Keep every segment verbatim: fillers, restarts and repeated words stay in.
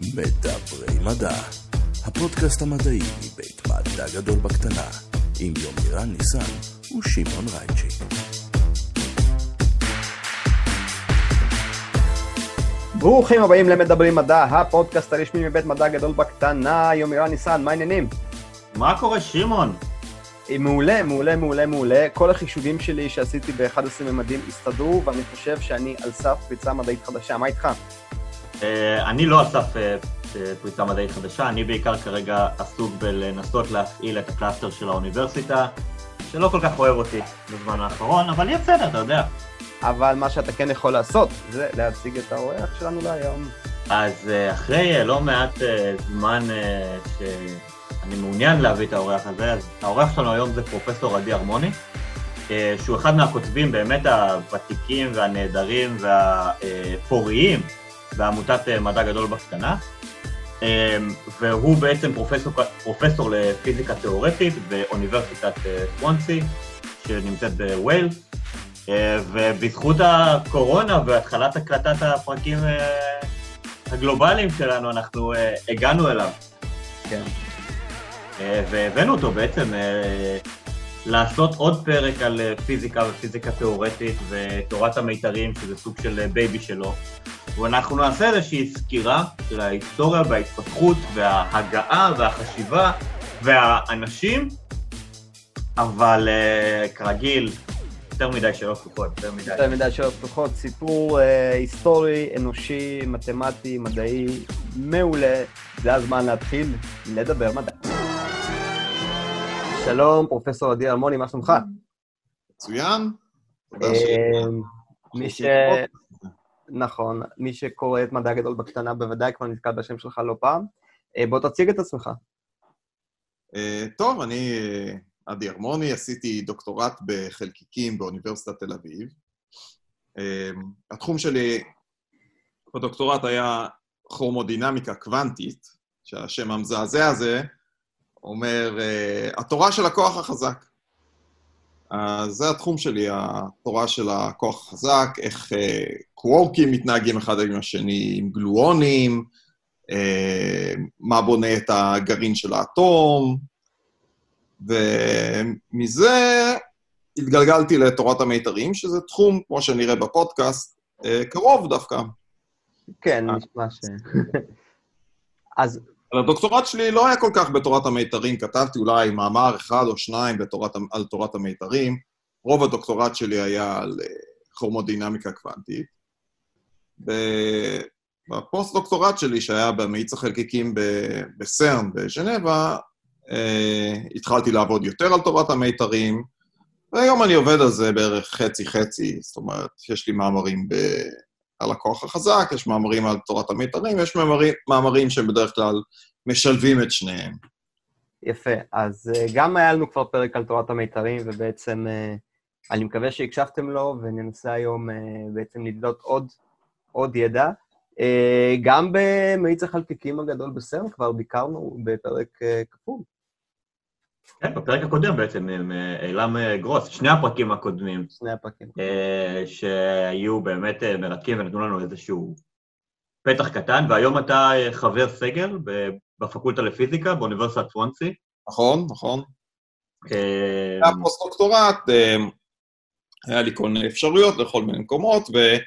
מדברי מדע, הפודקאסט המדעי מבית מדע גדול בקטנה, עם יומירן ניסן ושמעון רייצ'י. ברוכים הבאים למדברי מדע, הפודקאסט הרשמי מבית מדע גדול בקטנה. יומירן ניסן, מה העניינים? מה קורה, שמעון? מעולה, מעולה, מעולה, מעולה. כל החישובים שלי שעשיתי ב-אחד עשר ממדים הסתדרו, ואני חושב שאני על סף פריצה מדעית חדשה. מה איתך? אני לא על סף פריצה מדעית חדשה, אני בעיקר כרגע עסוק בלנסות להפעיל את הקלאסטר של האוניברסיטה, שלא כל כך אוהב אותי בזמן האחרון, אבל יהיה בסדר, אתה יודע. אבל מה שאתה כן יכול לעשות, זה להציג את האורח שלנו להיום. אז אחרי לא מעט זמן שאני מעוניין להביא את האורח הזה, אז האורח שלנו היום זה פרופסור עדי הרמוני, שהוא אחד מהכותבים באמת הוותיקים והנהדרים והפוריים בעמותת מדע גדול בקטנה, והוא בעצם פרופסור, פרופסור לפיזיקה תיאורטית באוניברסיטת סוונסי, שנמצאת בווילס, ובזכות הקורונה והתחלת הקלטת הפרקים הגלובליים שלנו, אנחנו הגענו אליו. כן. והבאנו אותו בעצם לעשות עוד פרק על פיזיקה ופיזיקה תיאורטית ותורת המיתרים, שזה סוג של בייבי שלו. ואנחנו נעשה איזושהי סקירה של ההיסטוריה וההתפתחות וההגעה והחשיבה והאנשים, אבל uh, כרגיל, יותר מדי שאלות פתוחות, יותר מדי. יותר מדי שאלות פתוחות, סיפור uh, היסטורי, אנושי, מתמטי, מדעי, מעולה. זה הזמן להתחיל לדבר מדע. שלום, פרופסור עדי הרמוני, מה שלומך? מצוין. מי ש... נכון, מי שקורא את מדע גדול בקטנה בוודאי כבר נתקל בשם שלך לא פעם. בוא תציג את עצמך. טוב, אני עדי הרמוני, עשיתי דוקטורט בחלקיקים באוניברסיטת תל אביב. התחום שלי בדוקטורט היה כרומודינמיקה קוונטית, שהשם המזעזע הזה אומר, התורה של הכוח החזק. אז זה התחום שלי, התורה של הכוח החזק, איך קוורקים מתנהגים אחד עם השני, עם גלואונים, מה בונה את הגרעין של האטום, ומזה התגלגלתי לתורת המיתרים, שזה תחום, כמו שנראה בפודקאסט, קרוב דווקא. כן, נשמע ש... אז... אבל הדוקטורט שלי לא היה כל כך בתורת המיתרים, כתבתי אולי מאמר אחד או שניים בתורת, על תורת המיתרים, רוב הדוקטורט שלי היה על כרומודינמיקה קוונטית. בפוסט-דוקטורט שלי, שהיה במאיץ החלקיקים בסרן בז'נבה, התחלתי לעבוד יותר על תורת המיתרים, והיום אני עובד על זה בערך חצי-חצי, זאת אומרת, יש לי מאמרים ב... על הכוח החזק, יש מאמרים על תורת המיתרים, יש מאמרים, מאמרים שבדרך כלל משלבים את שניהם. יפה, אז גם היה לנו כבר פרק על תורת המיתרים, ובעצם אני מקווה שהקשבתם לו, וננסה היום בעצם לדלות עוד, עוד ידע. גם במאיץ החלקיקים הגדול בסרן כבר ביקרנו בפרק כפול. כן, בפרק הקודם בעצם, עם אילם גרוס, שני הפרקים הקודמים. שני הפרקים. שהיו באמת מרתקים ונתנו לנו איזשהו פתח קטן, והיום אתה חבר סגל בפקולטה לפיזיקה באוניברסיטת סוונסי. נכון, נכון. היה פוסט-דוקטורט, היה לי כל מיני אפשרויות לכל מיני מקומות,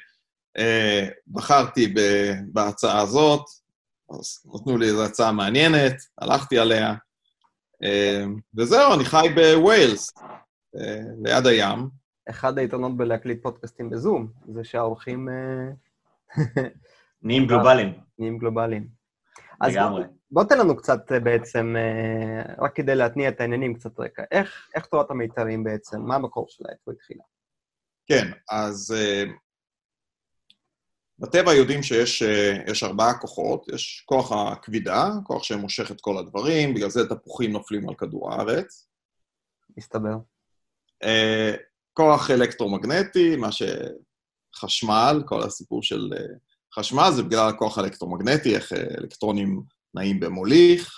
ובחרתי בהצעה הזאת, אז נתנו לי איזו הצעה מעניינת, הלכתי עליה, וזהו, אני חי בווילס, ליד הים. אחד היתרונות בלהקליט פודקאסטים בזום, זה שהאורחים... נהיים גלובליים. נהיים גלובליים. אז בוא תן לנו קצת בעצם, רק כדי להתניע את העניינים קצת רקע. איך, איך תורת המיתרים בעצם? מה המקור שלה? איפה התחילה? כן, אז בטבע יודעים שיש יש ארבעה כוחות, יש כוח הכבידה, כוח שמושך את כל הדברים, בגלל זה תפוחים נופלים על כדור הארץ. מסתבר. כוח אלקטרומגנטי, מה שחשמל, כל הסיפור של חשמל, זה בגלל הכוח האלקטרומגנטי, איך אלקטרונים נעים במוליך.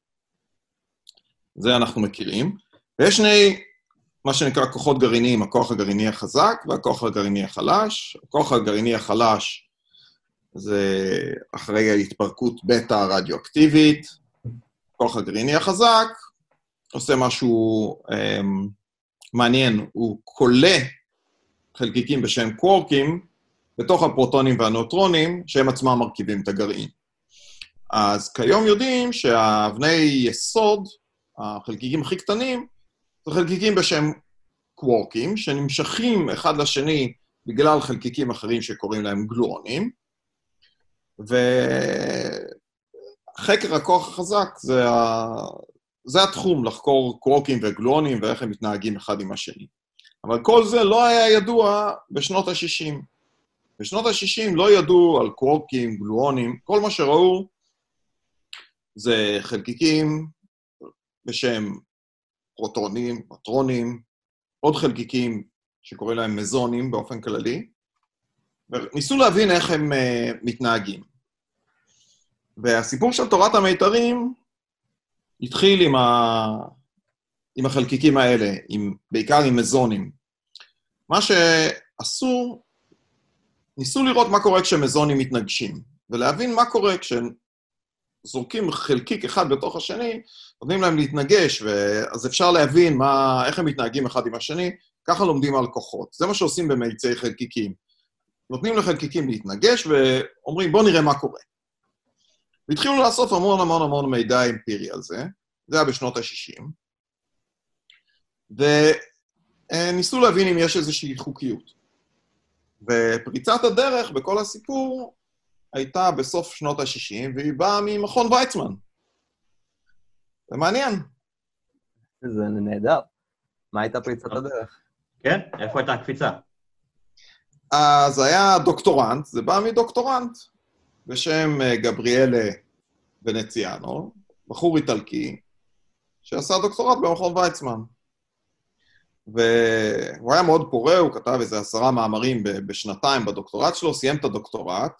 זה אנחנו מכירים. ויש שני, מה שנקרא כוחות גרעיניים, הכוח הגרעיני החזק והכוח הגרעיני החלש. הכוח הגרעיני החלש זה אחרי ההתפרקות בטא רדיואקטיבית, הכוח הגרעיני החזק, עושה משהו um, מעניין, הוא קולה חלקיקים בשם קוורקים, בתוך הפרוטונים והנוטרונים, שהם עצמם מרכיבים את הגרעין. אז כיום יודעים שהאבני יסוד, החלקיקים הכי קטנים, זה חלקיקים בשם קוורקים, שנמשכים אחד לשני בגלל חלקיקים אחרים שקוראים להם גלואונים, וחקר הכוח החזק זה, ה... זה התחום, לחקור קוורקים וגלואונים ואיך הם מתנהגים אחד עם השני. אבל כל זה לא היה ידוע בשנות ה-שישים. בשנות ה-שישים לא ידעו על קוורקים, גלואונים, כל מה שראו זה חלקיקים בשם פרוטונים, פרוטונים, עוד חלקיקים שקוראים להם מזונים באופן כללי, וניסו להבין איך הם uh, מתנהגים. והסיפור של תורת המיתרים התחיל עם, ה... עם החלקיקים האלה, עם... בעיקר עם מזונים. מה שעשו, ניסו לראות מה קורה כשמזונים מתנגשים, ולהבין מה קורה כשזורקים חלקיק אחד בתוך השני, נותנים להם להתנגש, ואז אפשר להבין מה... איך הם מתנהגים אחד עם השני, ככה לומדים על כוחות. זה מה שעושים במאיצי חלקיקים. נותנים לחלקיקים להתנגש, ואומרים, בוא נראה מה קורה. והתחילו לאסוף המון המון המון מידע אמפירי על זה, זה היה בשנות ה-שישים, וניסו להבין אם יש איזושהי חוקיות. ופריצת הדרך בכל הסיפור הייתה בסוף שנות ה-שישים, והיא באה ממכון ויצמן. זה מעניין. זה נהדר. מה הייתה פריצת הדרך? כן? איפה הייתה הקפיצה? אז היה דוקטורנט, זה בא מדוקטורנט, בשם גבריאלה ונציאנו, בחור איטלקי, שעשה דוקטורט במכון ויצמן. והוא היה מאוד פורה, הוא כתב איזה עשרה מאמרים בשנתיים בדוקטורט שלו, סיים את הדוקטורט,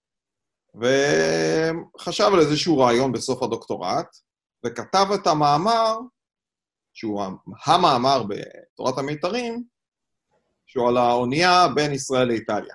וחשב על איזשהו רעיון בסוף הדוקטורט, וכתב את המאמר, שהוא המאמר בתורת המיתרים, שהוא על האונייה בין ישראל לאיטליה.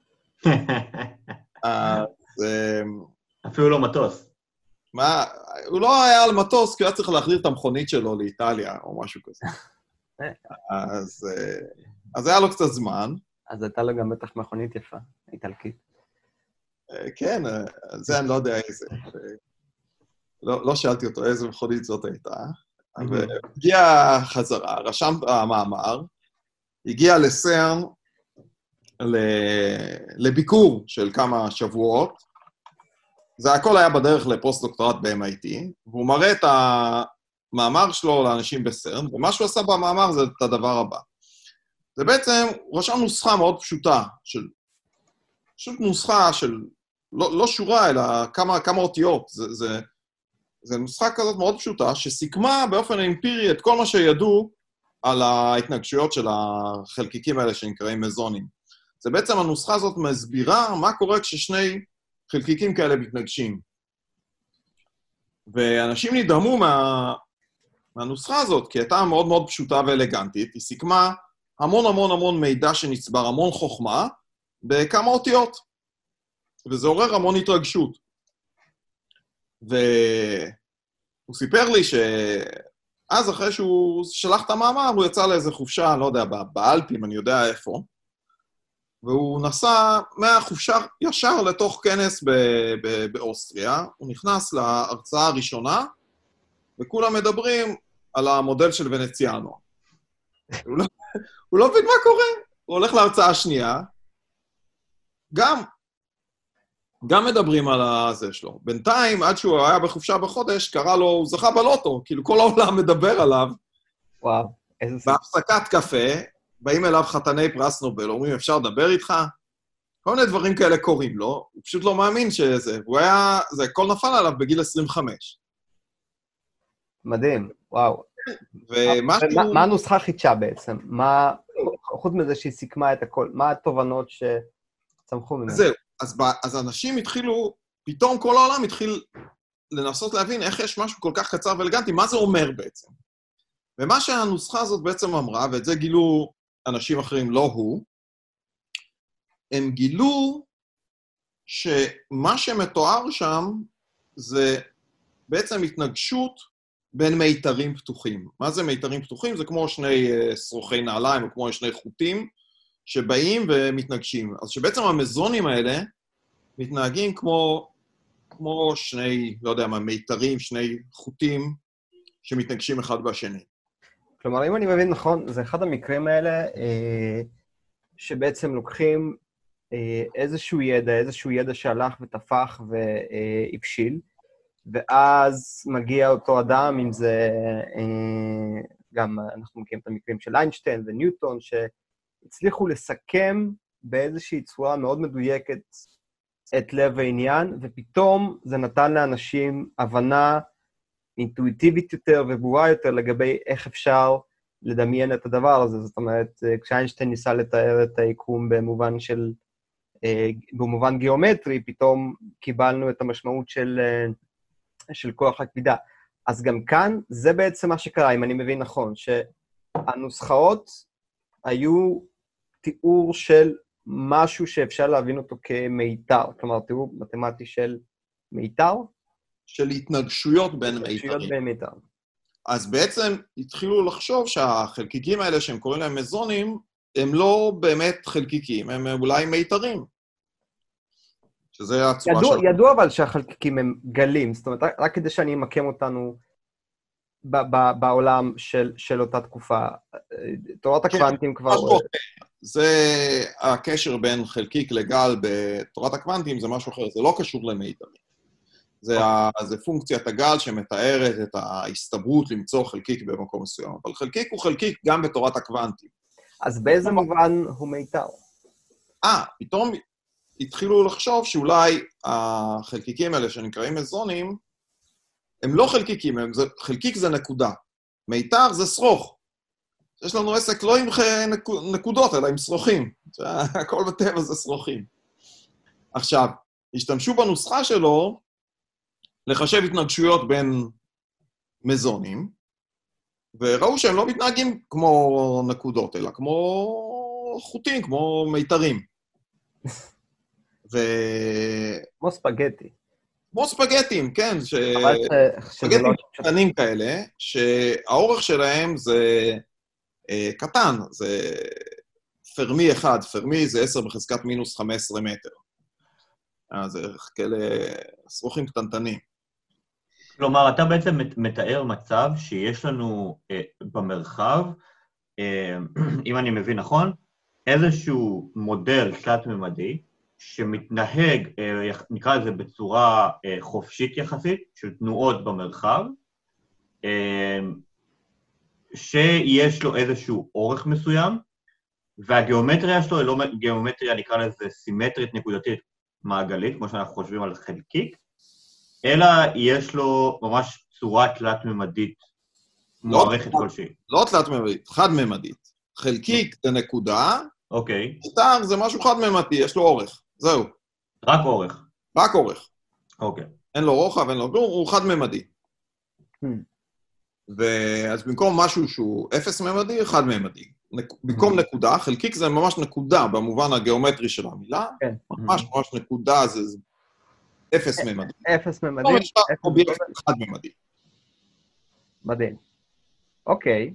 אז... אפילו לא מטוס. מה, הוא לא היה על מטוס, כי הוא היה צריך להחזיר את המכונית שלו לאיטליה, או משהו כזה. אז, אז היה לו קצת זמן. אז הייתה לו גם בטח מכונית יפה, איטלקית. כן, זה אני לא יודע איזה. לא, לא שאלתי אותו איזה מכונית זאת הייתה. והגיע חזרה, רשם המאמר, הגיע לסרן לביקור של כמה שבועות, זה הכל היה בדרך לפוסט-דוקטורט ב-אם איי טי, והוא מראה את המאמר שלו לאנשים בסרן, ומה שהוא עשה במאמר זה את הדבר הבא. זה בעצם, הוא רשם נוסחה מאוד פשוטה, של, פשוט נוסחה של, לא, לא שורה, אלא כמה, כמה אותיות. זה, זה, זה נוסחה כזאת מאוד פשוטה, שסיכמה באופן אמפירי את כל מה שידעו על ההתנגשויות של החלקיקים האלה שנקראים מזונים. זה בעצם הנוסחה הזאת מסבירה מה קורה כששני חלקיקים כאלה מתנגשים. ואנשים נדהמו מה... מהנוסחה הזאת, כי הייתה מאוד מאוד פשוטה ואלגנטית, היא סיכמה המון המון המון מידע שנצבר, המון חוכמה, בכמה אותיות. וזה עורר המון התרגשות. והוא סיפר לי שאז אחרי שהוא שלח את המאמר, הוא יצא לאיזה חופשה, אני לא יודע, באלפים, אני יודע איפה, והוא נסע מהחופשה ישר לתוך כנס ב- ב- באוסטריה, הוא נכנס להרצאה הראשונה, וכולם מדברים על המודל של ונציאנו. הוא, לא, הוא לא מבין מה קורה, הוא הולך להרצאה השנייה, גם, גם מדברים על הזה שלו. בינתיים, עד שהוא היה בחופשה בחודש, קרא לו, הוא זכה בלוטו, כאילו כל העולם מדבר עליו. וואו, איזה סיפור. בהפסקת קפה, באים אליו חתני פרס נובל, אומרים, אפשר לדבר איתך? כל מיני דברים כאלה קורים לו, הוא פשוט לא מאמין שזה, הוא היה, זה הכל נפל עליו בגיל עשרים וחמש. מדהים, וואו. ומשהו... מה הנוסחה חידשה בעצם? מה, חוץ מזה שהיא סיכמה את הכל, מה התובנות שצמחו ממנו? זהו, אז, אז אנשים התחילו, פתאום כל העולם התחיל לנסות להבין איך יש משהו כל כך קצר ואלגנטי, מה זה אומר בעצם. ומה שהנוסחה הזאת בעצם אמרה, ואת זה גילו אנשים אחרים, לא הוא, הם גילו שמה שמתואר שם זה בעצם התנגשות בין מיתרים פתוחים. מה זה מיתרים פתוחים? זה כמו שני שרוכי נעליים, או כמו שני חוטים, שבאים ומתנגשים. אז שבעצם המזונים האלה מתנהגים כמו, כמו שני, לא יודע מה, מיתרים, שני חוטים, שמתנגשים אחד בשני. כלומר, אם אני מבין נכון, זה אחד המקרים האלה, שבעצם לוקחים איזשהו ידע, איזשהו ידע שהלך ותפח והפשיל, ואז מגיע אותו אדם, אם זה, גם אנחנו מכירים את המקרים של איינשטיין וניוטון, שהצליחו לסכם באיזושהי צורה מאוד מדויקת את לב העניין, ופתאום זה נתן לאנשים הבנה אינטואיטיבית יותר וברורה יותר לגבי איך אפשר לדמיין את הדבר הזה. זאת אומרת, כשאיינשטיין ניסה לתאר את היקום במובן של, במובן גיאומטרי, פתאום קיבלנו את המשמעות של, של כוח הכבידה. אז גם כאן, זה בעצם מה שקרה, אם אני מבין נכון, שהנוסחאות היו תיאור של משהו שאפשר להבין אותו כמיתר, כלומר, תיאור מתמטי של מיתר, של התנגשויות בין מיתרים. התנגשויות בין מיתר. אז בעצם התחילו לחשוב שהחלקיקים האלה שהם קוראים להם מזונים, הם לא באמת חלקיקים, הם אולי מיתרים. שזה הצורה ידוע, של... ידוע אבל שהחלקיקים הם גלים, זאת אומרת, רק כדי שאני אמקם אותנו ב- ב- בעולם של, של אותה תקופה. תורת הקוונטים כבר... זה הקשר בין חלקיק לגל בתורת הקוונטים, זה משהו אחר, זה לא קשור למיתרים. זה, ה, זה פונקציית הגל שמתארת את ההסתברות למצוא חלקיק במקום מסוים. אבל חלקיק הוא חלקיק גם בתורת הקוונטים. אז באיזה מובן הוא מיתר? אה, פתאום התחילו לחשוב שאולי החלקיקים האלה שנקראים מזונים, הם לא חלקיקים, הם, זה, חלקיק זה נקודה. מיתר זה שרוך. יש לנו עסק לא עם נקודות, אלא עם שרוכים. הכל בטבע זה שרוכים. עכשיו, השתמשו בנוסחה שלו, לחשב התנגשויות בין מזונים, וראו שהם לא מתנהגים כמו נקודות, אלא כמו חוטים, כמו מיתרים. ו... כמו ספגטי. כמו ספגטים, כן, ש... ספגטים לא... קטנים כאלה, שהאורך שלהם זה אה, קטן, זה פרמי אחד, פרמי זה עשר בחזקת מינוס חמש עשרה מטר. אז זה כאלה שרוכים קטנטנים. כלומר, אתה בעצם מתאר מצב שיש לנו אה, במרחב, אה, אם אני מבין נכון, איזשהו מודל תלת-ממדי, שמתנהג, אה, נקרא לזה בצורה אה, חופשית יחסית, של תנועות במרחב, אה, שיש לו איזשהו אורך מסוים, והגיאומטריה שלו היא לא גיאומטריה, נקרא לזה סימטרית נקודתית מעגלית, כמו שאנחנו חושבים על חלקיק, אלא יש לו ממש צורה תלת-ממדית, מוערכת כלשהי. לא תלת-ממדית, חד-ממדית. חלקיק זה נקודה, אוקיי. מיתר זה משהו חד-ממדי, יש לו אורך. זהו. רק אורך. רק אורך. אוקיי. אין לו רוחב, אין לו כלום, הוא חד-ממדי. ואז במקום משהו שהוא אפס-ממדי, חד-ממדי. במקום נקודה, חלקיק זה ממש נקודה במובן הגיאומטרי של המילה, ממש ממש נקודה זה אפס-ממדי. אפס-ממדי. יש אובייקט חד-ממדי. מדהים. אוקיי.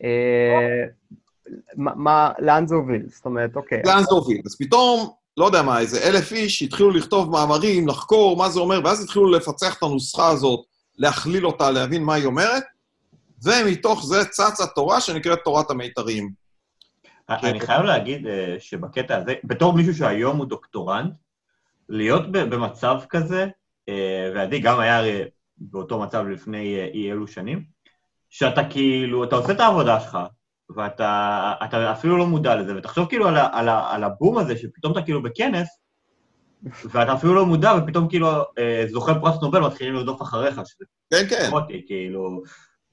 לאן זה הוביל? זאת אומרת, אוקיי. לאן זה הוביל? אז פתאום, לא יודע מה, איזה אלף איש התחילו לכתוב מאמרים, לחקור מה זה אומר, ואז התחילו לפצח את הנוסחה הזאת, להכליל אותה, להבין מה היא אומרת, ומתוך זה צצה תורה שנקראת תורת המיתרים. אני חייב להגיד שבקטע הזה, בתור מישהו שהיום הוא דוקטורנט, להיות במצב כזה, ועדי גם היה באותו מצב לפני אי אלו שנים, שאתה כאילו, אתה עושה את העבודה שלך, ואתה אתה אפילו לא מודע לזה, ותחשוב כאילו על, על, על הבום הזה, שפתאום אתה כאילו בכנס, ואתה אפילו לא מודע, ופתאום כאילו זוכה פרס נובל מתחילים לרדוף אחריך, שזה... כן, כן. אותי, כאילו...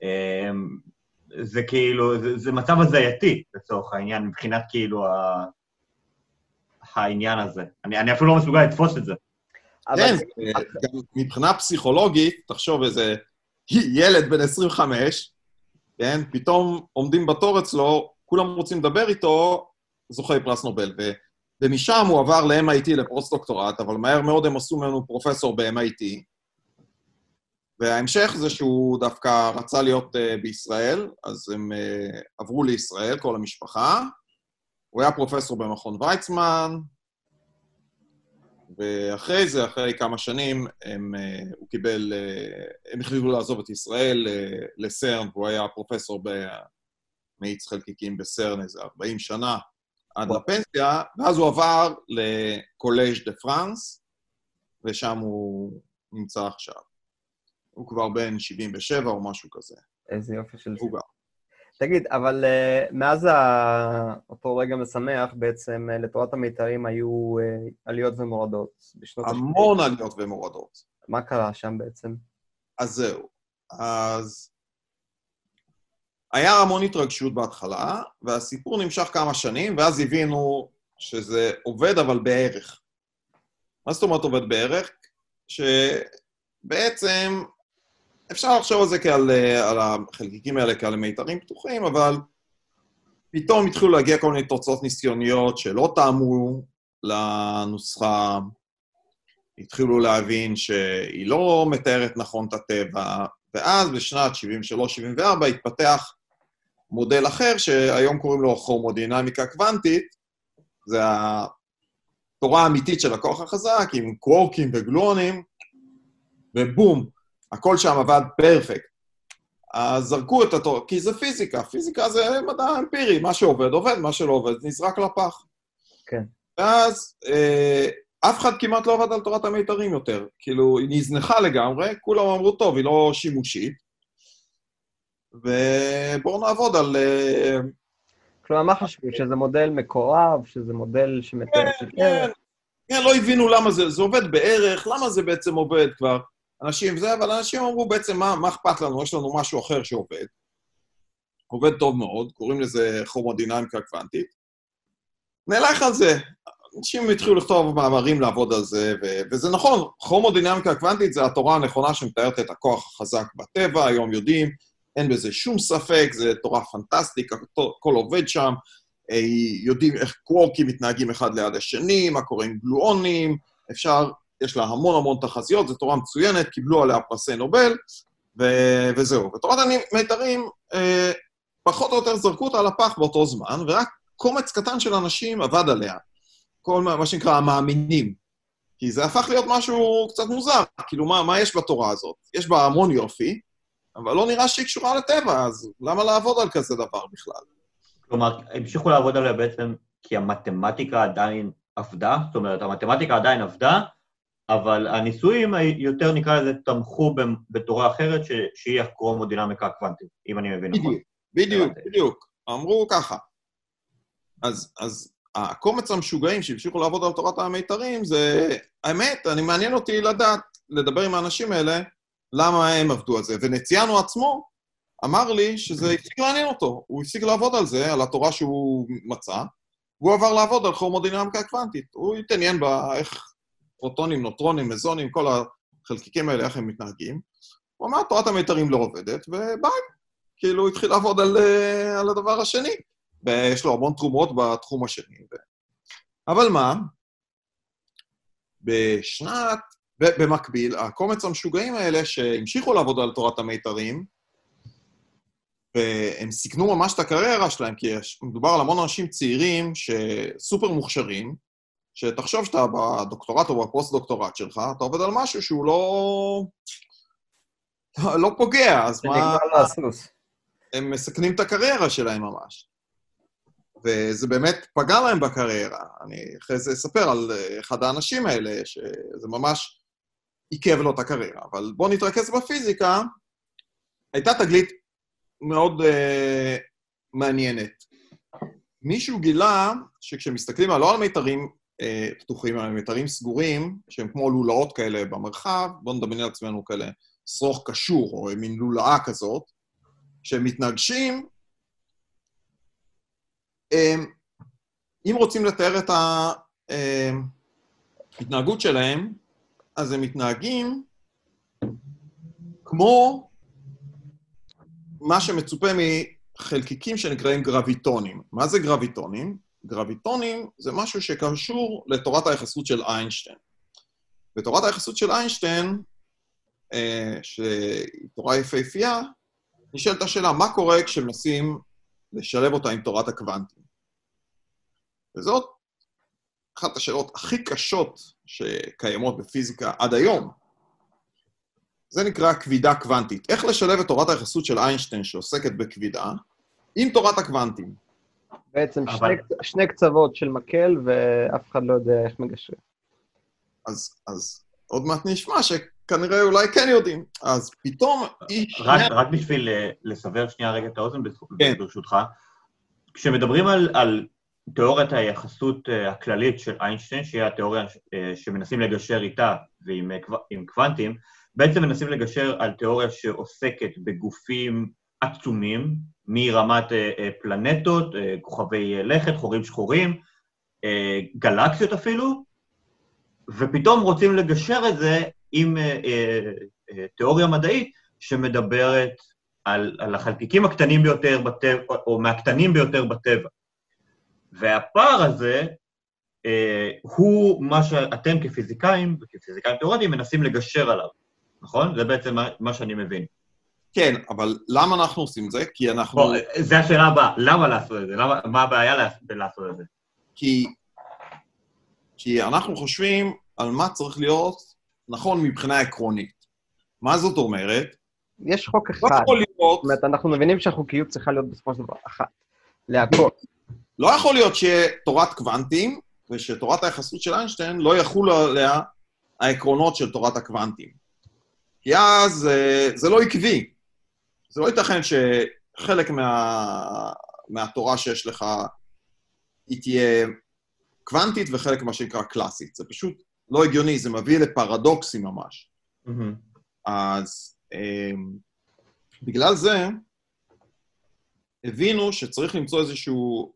זה כאילו, זה, זה מצב הזייתי, לצורך העניין, מבחינת כאילו ה... העניין הזה. אני, אני אפילו לא מסוגל לתפוס את זה. כן, גם מבחינה פסיכולוגית, תחשוב איזה ילד בן עשרים וחמש, כן, פתאום עומדים בתור אצלו, כולם רוצים לדבר איתו, זוכה פרס נובל. ומשם הוא עבר ל-אם איי טי לפוסט-דוקטורט, אבל מהר מאוד הם עשו ממנו פרופסור ב-אם איי טי, וההמשך זה שהוא דווקא רצה להיות uh, בישראל, אז הם uh, עברו לישראל, כל המשפחה. הוא היה פרופסור במכון ויצמן, ואחרי זה, אחרי כמה שנים, הם, uh, הוא קיבל, uh, הם החליטו לעזוב את ישראל uh, לסרן, והוא היה פרופסור במאיץ חלקיקים בסרן איזה ארבעים שנה, עד לפנסיה, ואז הוא עבר לקולז' דה פרנס, ושם הוא נמצא עכשיו. הוא כבר בן שבעים ושבע או משהו כזה. איזה יופי של... הוא גם. תגיד, אבל uh, מאז ה... אותו רגע משמח, בעצם uh, לתורת המיתרים היו uh, עליות ומורדות. המון עליות ומורדות. מה קרה שם בעצם? אז זהו. אז היה המון התרגשות בהתחלה, והסיפור נמשך כמה שנים, ואז הבינו שזה עובד, אבל בערך. מה זאת אומרת עובד בערך? שבעצם אפשר לחשוב על זה כעל על החלקיקים האלה כעל מיתרים פתוחים, אבל פתאום התחילו להגיע כל מיני תוצאות ניסיוניות שלא טעמו לנוסחה, התחילו להבין שהיא לא מתארת נכון את הטבע, ואז בשנת שבעים ושלוש שבעים וארבע התפתח מודל אחר שהיום קוראים לו כרומודינמיקה קוונטית, זה התורה האמיתית של הכוח החזק עם קוורקים וגלואונים, ובום, הכל שם עבד פרפקט. אז זרקו את התורה, כי זה פיזיקה, פיזיקה זה מדע אמפירי, מה שעובד עובד, מה שלא עובד נזרק לפח. כן. ואז אה, אף אחד כמעט לא עבד על תורת המיתרים יותר, כאילו היא נזנחה לגמרי, כולם אמרו טוב, היא לא שימושית, ובואו נעבוד על... אה, כלומר, מה חשבו? שזה מודל מקורב, שזה מודל שמתאר... כן, כן, כן, לא הבינו למה זה, זה עובד בערך, למה זה בעצם עובד כבר. אנשים זה, אבל אנשים אמרו בעצם, מה, מה אכפת לנו? יש לנו משהו אחר שעובד. עובד טוב מאוד, קוראים לזה כרומודינמיקה קוונטית. נלך על זה. אנשים התחילו לכתוב מאמרים לעבוד על זה, ו- וזה נכון, כרומודינמיקה קוונטית זה התורה הנכונה שמתארת את הכוח החזק בטבע, היום יודעים, אין בזה שום ספק, זה תורה פנטסטית, הכל עובד שם, יודעים איך קוורקים מתנהגים אחד ליד השני, מה קורה עם גלואונים, אפשר... יש לה המון המון תחזיות, זו תורה מצוינת, קיבלו עליה פרסי נובל, ו- וזהו. ותורת המיתרים, אה, פחות או יותר זרקו אותה על הפח באותו זמן, ורק קומץ קטן של אנשים עבד עליה. כל מה, מה שנקרא המאמינים. כי זה הפך להיות משהו קצת מוזר. כאילו, מה, מה יש בתורה הזאת? יש בה המון יופי, אבל לא נראה שהיא קשורה לטבע, אז למה לעבוד על כזה דבר בכלל? כלומר, המשיכו לעבוד עליה בעצם כי המתמטיקה עדיין עבדה, זאת אומרת, המתמטיקה עדיין עבדה, אבל הניסויים יותר נקרא לזה תמכו בתורה אחרת שהיא הכרומודינמיקה הקוונטית, אם אני מבין נכון. בדיוק, בדיוק. אמרו ככה. אז, אז הקומץ המשוגעים שהמשיכו לעבוד על תורת המיתרים, זה, האמת, אני מעניין אותי לדעת, לדבר עם האנשים האלה, למה הם עבדו על זה. ונציאנו עצמו אמר לי שזה הפסיק לעניין אותו. הוא הפסיק לעבוד על זה, על התורה שהוא מצא, והוא עבר לעבוד על כרומודינמיקה קוונטית. הוא התעניין בה איך... פרוטונים, נוטרונים, מזונים, כל החלקיקים האלה, איך הם מתנהגים. הוא אמר, תורת המיתרים לא עובדת, וביי. כאילו, הוא התחיל לעבוד על, על הדבר השני. ויש לו המון תרומות בתחום השני. ו... אבל מה? בשנת, במקביל, הקומץ המשוגעים האלה שהמשיכו לעבוד על תורת המיתרים, והם סיכנו ממש את הקריירה שלהם, כי מדובר על המון אנשים צעירים שסופר מוכשרים, שתחשוב שאתה בדוקטורט או בפוסט-דוקטורט שלך, אתה עובד על משהו שהוא לא... לא פוגע, אז מה... הם מסכנים את הקריירה שלהם ממש. וזה באמת פגע להם בקריירה. אני אחרי זה אספר על אחד האנשים האלה, שזה ממש עיכב לו את הקריירה. אבל בואו נתרכז בפיזיקה. הייתה תגלית מאוד uh, מעניינת. מישהו גילה שכשמסתכלים על לא על מיתרים, פתוחים, מיתרים סגורים, שהם כמו לולאות כאלה במרחב, בואו נדמיין על עצמנו כאלה שרוך קשור, או מין לולאה כזאת, שהם מתנגשים, אם רוצים לתאר את ההתנהגות שלהם, אז הם מתנהגים כמו מה שמצופה מחלקיקים שנקראים גרביטונים. מה זה גרביטונים? גרביטונים זה משהו שקשור לתורת היחסות של איינשטיין. בתורת היחסות של איינשטיין, שהיא תורה יפהפייה, נשאלת השאלה, מה קורה כשמנסים לשלב אותה עם תורת הקוונטים? וזאת אחת השאלות הכי קשות שקיימות בפיזיקה עד היום. זה נקרא כבידה קוונטית. איך לשלב את תורת היחסות של איינשטיין שעוסקת בכבידה עם תורת הקוונטים? בעצם אבל... שני, שני קצוות של מקל, ואף אחד לא יודע איך מגשרים. אז, אז עוד מעט נשמע שכנראה אולי כן יודעים. אז פתאום איש... רק, רק בשביל לסבר שנייה רגע את האוזן, כן. ברשותך, כשמדברים על, על תיאוריית היחסות הכללית של איינשטיין, שהיא התיאוריה שמנסים לגשר איתה ועם עם קוונטים, בעצם מנסים לגשר על תיאוריה שעוסקת בגופים עצומים, מרמת פלנטות, כוכבי לכת, חורים שחורים, גלקסיות אפילו, ופתאום רוצים לגשר את זה עם תיאוריה מדעית שמדברת על, על החלקיקים הקטנים ביותר בטבע, או מהקטנים ביותר בטבע. והפער הזה הוא מה שאתם כפיזיקאים, וכפיזיקאים תיאורטיים, מנסים לגשר עליו. נכון? זה בעצם מה שאני מבין. כן, אבל למה אנחנו עושים את זה? כי אנחנו... בוא, זה השאלה הבאה, למה לעשות את זה? למה, מה הבעיה לעשות את זה? כי, כי אנחנו חושבים על מה צריך להיות נכון מבחינה עקרונית. מה זאת אומרת? יש חוק אחד. לא יכול להיות... זאת אומרת, אנחנו מבינים שהחוקיות צריכה להיות בסופו של דבר אחת. להכל. לא יכול להיות שתורת קוונטים, ושתורת היחסות של איינשטיין לא יחולו עליה העקרונות של תורת הקוונטים. כי אז זה לא עקבי. זה לא ייתכן שחלק מה, מהתורה שיש לך היא תהיה קוונטית וחלק מה שנקרא קלאסית. זה פשוט לא הגיוני, זה מביא לפרדוקסים ממש. Mm-hmm. אז בגלל זה הבינו שצריך למצוא איזשהו,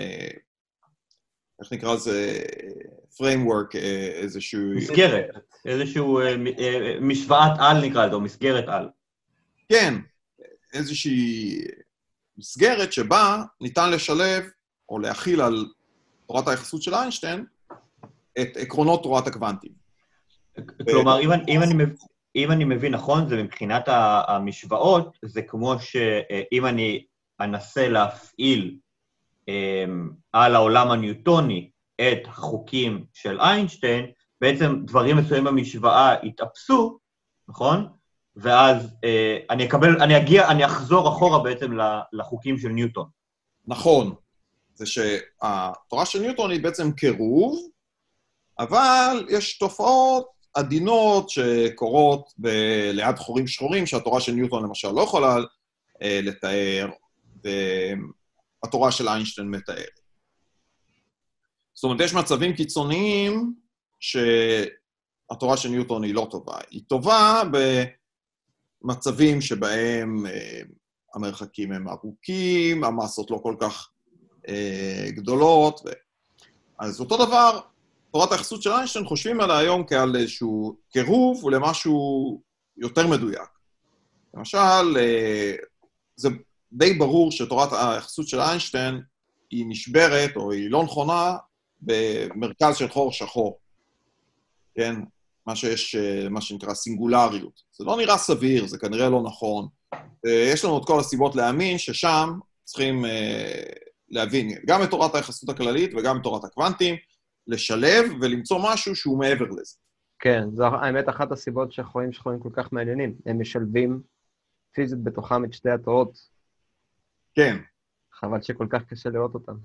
איך נקרא לזה, framework, איזשהו... מסגרת, איזשהו משוואת על נקרא לזה, או מסגרת על. כן, איזושהי מסגרת שבה ניתן לשלב, או להכיל על תורת היחסות של איינשטיין, את עקרונות תורת הקוונטים. כלומר, אם אני, אם אני, אם אני מבין נכון, זה מבחינת המשוואות, זה כמו שאם אני אנסה להפעיל על העולם הניוטוני את החוקים של איינשטיין, בעצם דברים מסוימים במשוואה יתאפסו, נכון? ואז אני אקבל, אני אגיע, אני אחזור אחורה בעצם לחוקים של ניוטון. נכון. זה שהתורה של ניוטון היא בעצם קירוב, אבל יש תופעות עדינות שקורות ב- ליד חורים שחורים, שהתורה של ניוטון למשל לא יכולה אה, לתאר, והתורה של איינשטיין מתארת. זאת אומרת, יש מצבים קיצוניים שהתורה של ניוטון היא לא טובה. היא טובה במצבים שבהם אה, המרחקים הם ארוכים, המסות לא כל כך אה, גדולות. ו... אז אותו דבר, תורת היחסות של איינשטיין חושבים עליה היום כעל איזשהו קירוב ולמשהו יותר מדויק. למשל, אה, זה די ברור שתורת היחסות של איינשטיין היא נשברת או היא לא נכונה במרכז של חור שחור. כן? מה שיש, מה שנקרא סינגולריות. זה לא נראה סביר, זה כנראה לא נכון. יש לנו את כל הסיבות להאמין ששם צריכים להבין גם את תורת היחסות הכללית וגם את תורת הקוונטים, לשלב ולמצוא משהו שהוא מעבר לזה. כן, זו האמת אחת הסיבות שהחורים שחורים כל כך מעניינים. הם משלבים פיזית בתוכם את שתי התורות. כן. חבל שכל כך קשה לראות אותם.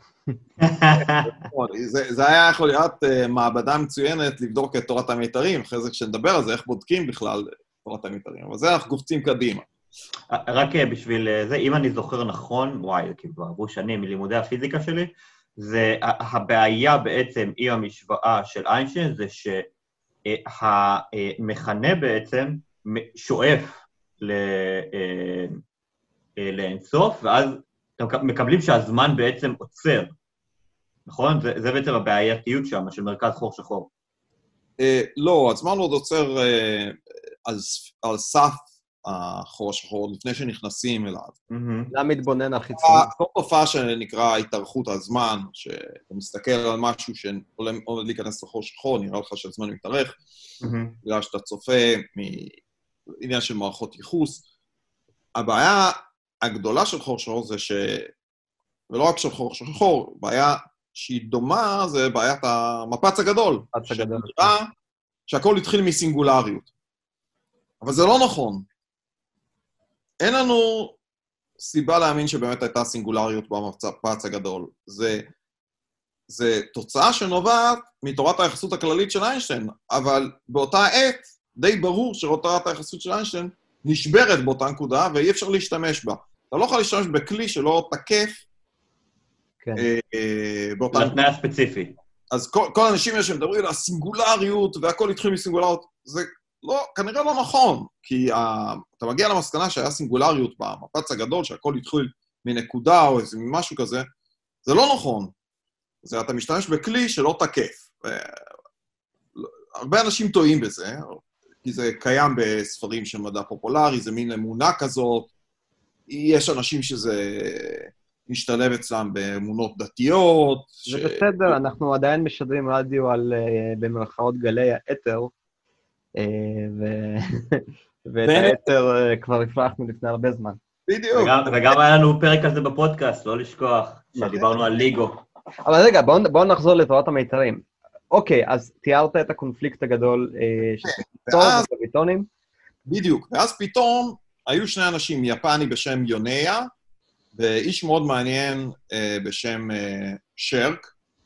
זה, זה היה יכול להיות uh, מעבדה מצוינת לבדוק את תורת המיתרים, אחרי זה כשנדבר על זה, איך בודקים בכלל תורת המיתרים, אבל זה אנחנו קופצים קדימה. רק בשביל זה, אם אני זוכר נכון, וואי, כי כבר עברו שנים מלימודי הפיזיקה שלי, זה הבעיה בעצם עם המשוואה של איינשטיין, זה שהמכנה בעצם שואף לאינסוף, ואז אתם מקבלים שהזמן בעצם עוצר, נכון? זה, זה בעצם הבעייתיות שם, של מרכז חור שחור. Uh, לא, הזמן עוד עוצר uh, על, על סף החור השחור, לפני שנכנסים אליו. למה מתבונן על חיצון? זו תופעה שנקרא התארכות הזמן, שאתה מסתכל על משהו שעומד להיכנס לחור שחור, נראה לך שהזמן מתארך, בגלל שאתה צופה מעניין של מערכות ייחוס. הבעיה הגדולה של חור שחור זה ש... ולא רק של חור שחור, בעיה שהיא דומה, זה בעיית המפץ הגדול. שנראה שהכל התחיל מסינגולריות. אבל זה לא נכון. אין לנו סיבה להאמין שבאמת הייתה סינגולריות במפץ הגדול. זה, זה תוצאה שנובעת מתורת היחסות הכללית של איינשטיין, אבל באותה עת די ברור שתורת היחסות של איינשטיין נשברת באותה נקודה, ואי אפשר להשתמש בה. אתה לא יכול להשתמש בכלי שלא תקף כן. אה, אה, באותה נקודה. לתנאי הספציפי. אז כל, כל האנשים האלה שמדברים על הסינגולריות, והכל התחיל מסינגולריות, זה לא, כנראה לא נכון, כי ה, אתה מגיע למסקנה שהיה סינגולריות במפץ הגדול, שהכל התחיל מנקודה או איזה משהו כזה, זה לא נכון. זה אתה משתמש בכלי שלא תקף. הרבה אנשים טועים בזה, כי זה קיים בספרים של מדע פופולרי, זה מין אמונה כזאת, יש אנשים שזה משתלב אצלם באמונות דתיות. זה ש... בסדר, אנחנו עדיין משדרים רדיו על, במרכאות גלי האתר, ו... ואת האתר כבר הפרחנו לפני הרבה זמן. בדיוק. וגם, וגם היה לנו פרק כזה בפודקאסט, לא לשכוח, שדיברנו על ליגו. אבל רגע, בואו בוא נחזור לתורת המיתרים. אוקיי, אז תיארת את הקונפליקט הגדול של פיתון וגרביטונים. בדיוק, ואז פתאום היו שני אנשים, יפני בשם יוניה, ואיש מאוד מעניין בשם שרק.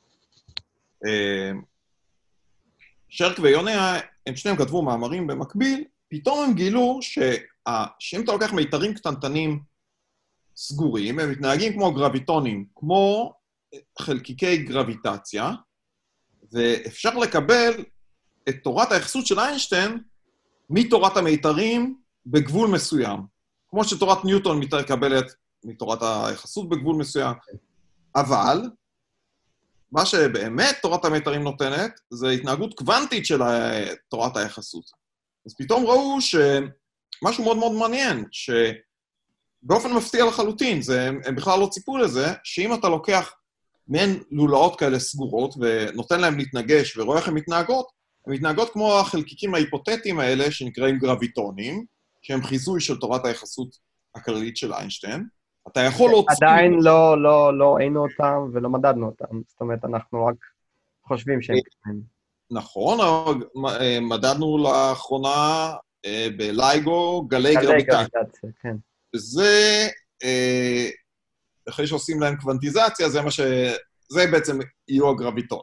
שרק ויוניה, הם שניהם כתבו מאמרים במקביל, פתאום הם גילו שאם אתה לוקח מיתרים קטנטנים סגורים, הם מתנהגים כמו גרביטונים, כמו חלקיקי גרביטציה, ואפשר לקבל את תורת היחסות של איינשטיין מתורת המיתרים בגבול מסוים. כמו שתורת ניוטון מתקבלת מתורת היחסות בגבול מסוים. אבל מה שבאמת תורת המיתרים נותנת, זה התנהגות קוונטית של תורת היחסות. אז פתאום ראו שמשהו מאוד מאוד מעניין, שבאופן מפתיע לחלוטין, זה, הם בכלל לא ציפו לזה, שאם אתה לוקח מעין לולאות כאלה סגורות, ונותן להם להתנגש ורואה איך הן מתנהגות, הן מתנהגות כמו החלקיקים ההיפותטיים האלה, שנקראים גרביטונים, שהם חיזוי של תורת היחסות הכללית של איינשטיין. אתה יכול להוציא... עדיין לא, לא, לא ראינו אותם ולא מדדנו אותם. זאת אומרת, אנחנו רק חושבים שהם קטנים. נכון, מדדנו לאחרונה בלייגו גלי גרביטציה. כן. וזה... אחרי שעושים להם קוונטיזציה, זה מה ש... זה בעצם יהיו הגרביטון.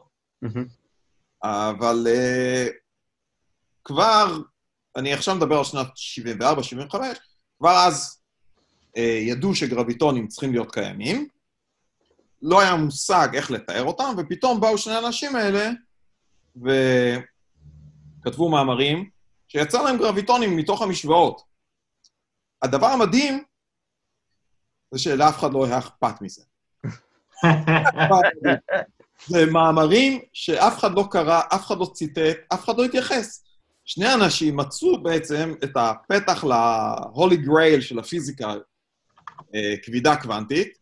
אבל כבר, אני עכשיו מדבר על שנת שבעים וארבע שבעים וחמש, כבר אז ידעו שגרביטונים צריכים להיות קיימים, לא היה מושג איך לתאר אותם, ופתאום באו שני האנשים האלה, וכתבו מאמרים, שיצא להם גרביטונים מתוך המשוואות. הדבר המדהים, זה שלאף אחד לא היה אכפת מזה. זה מאמרים שאף אחד לא קרא, אף אחד לא ציטט, אף אחד לא התייחס. שני אנשים מצאו בעצם את הפתח להולי גרייל של הפיזיקה, כבידה קוונטית,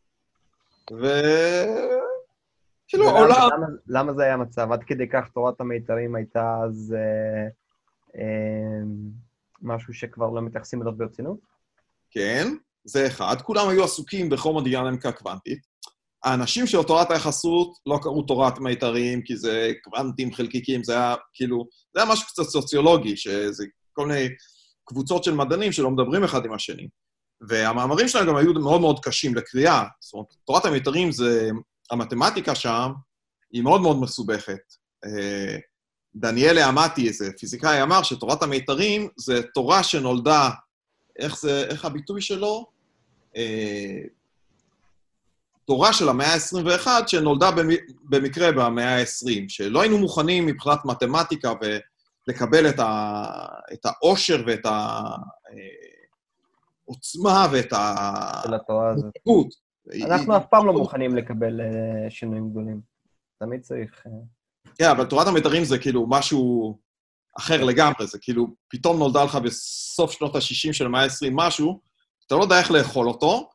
וכאילו עולם... למה זה היה מצב? עד כדי כך תורת המיתרים הייתה אז משהו שכבר לא מתייחסים אליו ברצינות? כן. זה אחד, כולם היו עסוקים בכרומודינמיקה קוונטית. האנשים של תורת היחסות לא קראו תורת מיתרים, כי זה קוונטים חלקיקים, זה היה כאילו, זה היה משהו קצת סוציולוגי, שזה כל מיני קבוצות של מדענים שלא מדברים אחד עם השני. והמאמרים שלהם גם היו מאוד מאוד קשים לקריאה. זאת אומרת, תורת המיתרים זה, המתמטיקה שם, היא מאוד מאוד מסובכת. דניאל אמתי, איזה פיזיקאי, אמר שתורת המיתרים זה תורה שנולדה, איך זה, איך הביטוי שלו? תורה של המאה ה-עשרים ואחת שנולדה במקרה במאה ה-עשרים, שלא היינו מוכנים מבחינת מתמטיקה ולקבל את, ה, את העושר ואת העוצמה ואת המותקות. אנחנו אף פעם לא מוכנים לקבל שינויים גדולים. תמיד צריך... כן, אבל תורת המיתרים זה כאילו משהו... אחר לגמרי, זה כאילו, פתאום נולדה לך בסוף שנות ה-שישים של המאה ה-עשרים משהו, אתה לא יודע איך לאכול אותו,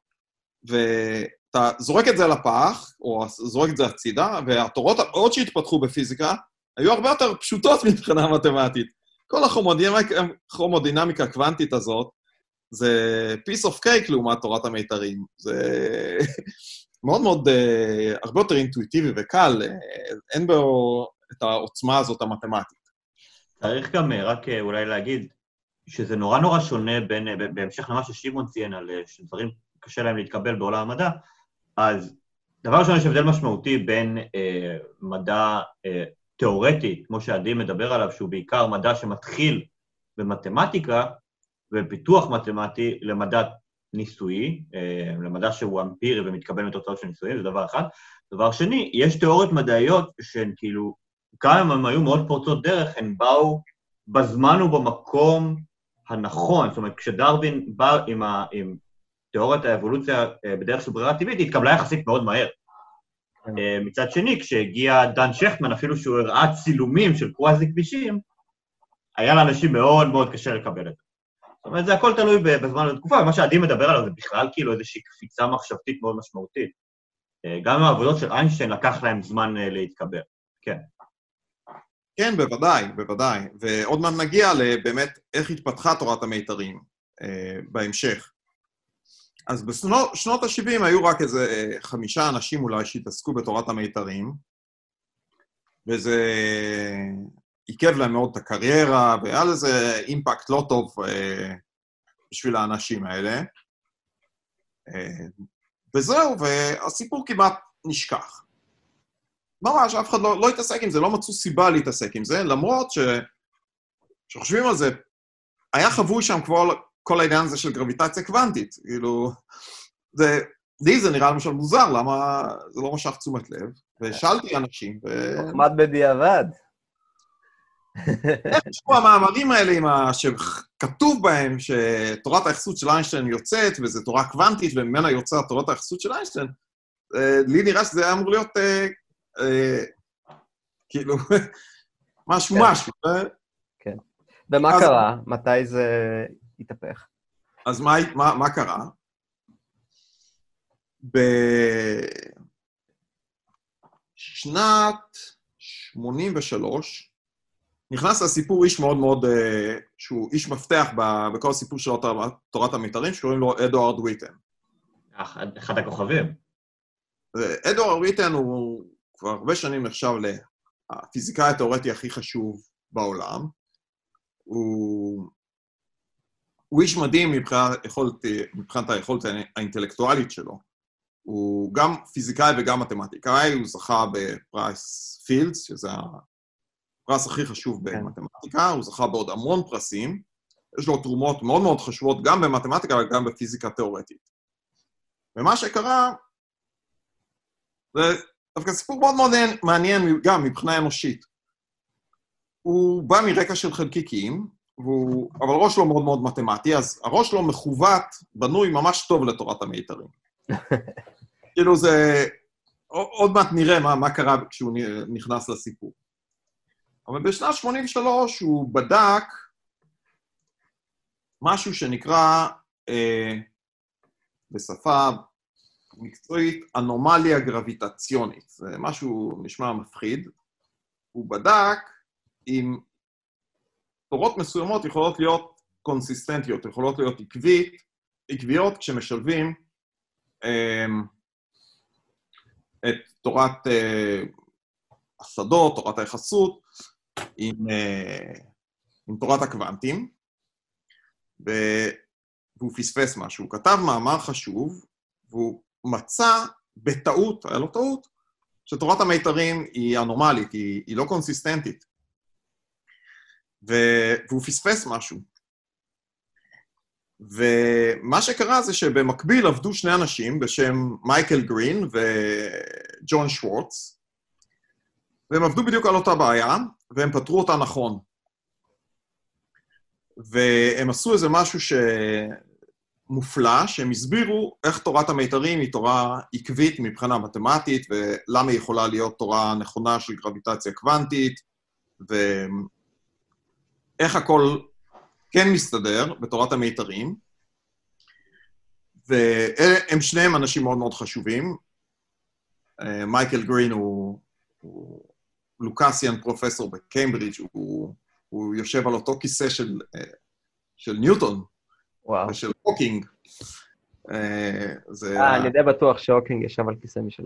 ואתה זורק את זה לפח, או זורק את זה הצידה, והתורות עוד שהתפתחו בפיזיקה, היו הרבה יותר פשוטות מבחינה מתמטית. כל הכרומודינמיקה הקוונטית הזאת, זה piece of cake לעומת תורת המיתרים. זה מאוד מאוד, הרבה יותר אינטואיטיבי וקל, אין בו את העוצמה הזאת המתמטית. צריך גם רק אולי להגיד, שזה נורא נורא שונה בין, בהמשך למה ששימון ציין על שדברים קשה להם להתקבל בעולם המדע, אז דבר ראשון יש הבדל משמעותי בין אה, מדע אה, תיאורטי, כמו שעדי מדבר עליו, שהוא בעיקר מדע שמתחיל במתמטיקה, ופיתוח מתמטי למדע ניסויי, אה, למדע שהוא אמפירי ומתקבל מתוצאות של ניסויים, זה דבר אחד. דבר שני, יש תיאוריות מדעיות שהן כאילו, גם אם הן היו מאוד פורצות דרך, הן באו בזמן ובמקום הנכון, זאת אומרת, כשדרווין בא עם, ה, עם תיאוריית האבולוציה בדרך של ברירה טבעית, היא התקבלה יחסית מאוד מהר. מצד שני, כשהגיע דן שכטמן, אפילו שהוא הראה צילומים של קוואזי כבישים, היה לאנשים מאוד מאוד קשה לקבל את זה. זאת אומרת, זה הכל תלוי בזמן ובתקופה, ומה שעדי מדבר עליו זה בכלל כאילו איזושהי קפיצה מחשבתית מאוד משמעותית. גם עם העבודות של איינשטיין לקח להם זמן להתקבל. כן. כן, בוודאי, בוודאי. ועוד מעט נגיע לבאמת איך התפתחה תורת המיתרים אה, בהמשך. אז בשנות ה-שבעים היו רק איזה אה, חמישה אנשים אולי שהתעסקו בתורת המיתרים, וזה עיכב להם מאוד את הקריירה, והיה לזה אימפקט לא טוב אה, בשביל האנשים האלה. אה, וזהו, והסיפור כמעט נשכח. ממש, אף אחד לא, לא התעסק עם זה, לא מצאו סיבה להתעסק עם זה, למרות ש... שחושבים על זה, היה חבוי שם כבר כל העניין הזה של גרביטציה קוונטית, כאילו, זה, לי זה נראה למשל מוזר, למה זה לא משך תשומת לב, ושאלתי אנשים, ו... חוכמת בדיעבד. איך שפה המאמרים האלה, עם ה... שכתוב בהם שתורת היחסות של איינשטיין יוצאת, וזו תורה קוונטית, וממנה יוצאת תורת היחסות של איינשטיין, לי נראה שזה היה אמור להיות... כאילו, משהו משהו. כן. ומה קרה? מתי זה התהפך? אז מה קרה? בשנת שמונים ושלוש נכנס לסיפור איש מאוד מאוד, שהוא איש מפתח בכל הסיפור של תורת המיתרים, שקוראים לו אדוארד וויטן. אחד הכוכבים. אדוארד וויטן הוא כבר הרבה שנים נחשב לפיזיקאי התיאורטי הכי חשוב בעולם. הוא, הוא איש מדהים מבחינת, יכולת, מבחינת היכולת האינטלקטואלית שלו. הוא גם פיזיקאי וגם מתמטיקאי, הוא זכה בפרס פילדס, שזה הפרס הכי חשוב במתמטיקה, הוא זכה בעוד המון פרסים, יש לו תרומות מאוד מאוד חשובות גם במתמטיקה וגם בפיזיקה תיאורטית. ומה שקרה, זה דווקא סיפור מאוד מאוד מעניין גם מבחינה אנושית. הוא בא מרקע של חלקיקים, והוא, אבל הראש שלו מאוד מאוד מתמטי, אז הראש שלו מכוות, בנוי ממש טוב לתורת המיתרים. כאילו זה, עוד מעט נראה מה, מה קרה כשהוא נכנס לסיפור. אבל בשנת שמונים ושלוש הוא בדק משהו שנקרא, אה, בשפה מקצועית, אנומליה גרביטציונית. זה משהו נשמע מפחיד. הוא בדק אם תורות מסוימות יכולות להיות קונסיסטנטיות, יכולות להיות עקבית, עקביות כשמשלבים אה, את תורת אה, השדות, תורת היחסות, עם, אה, עם תורת הקוונטים, והוא פספס משהו. הוא כתב מאמר חשוב, והוא מצא בטעות, היה לו טעות, שתורת המיתרים היא אנומלית, היא, היא לא קונסיסטנטית. והוא פספס משהו. ומה שקרה זה שבמקביל עבדו שני אנשים בשם מייקל גרין וג'ון שוורץ, והם עבדו בדיוק על אותה בעיה, והם פתרו אותה נכון. והם עשו איזה משהו שמופלא, שהם הסבירו איך תורת המיתרים היא תורה עקבית מבחינה מתמטית, ולמה היא יכולה להיות תורה נכונה של גרביטציה קוונטית, ו... איך הכל כן מסתדר בתורת המיתרים, והם שניהם אנשים מאוד מאוד חשובים. מייקל גרין הוא, הוא לוקאסיאן פרופסור בקיימברידג', הוא, הוא יושב על אותו כיסא של, של ניוטון, וואו. ושל הוקינג. זה... אה, אני די בטוח שהוקינג ישב על כיסא משלו.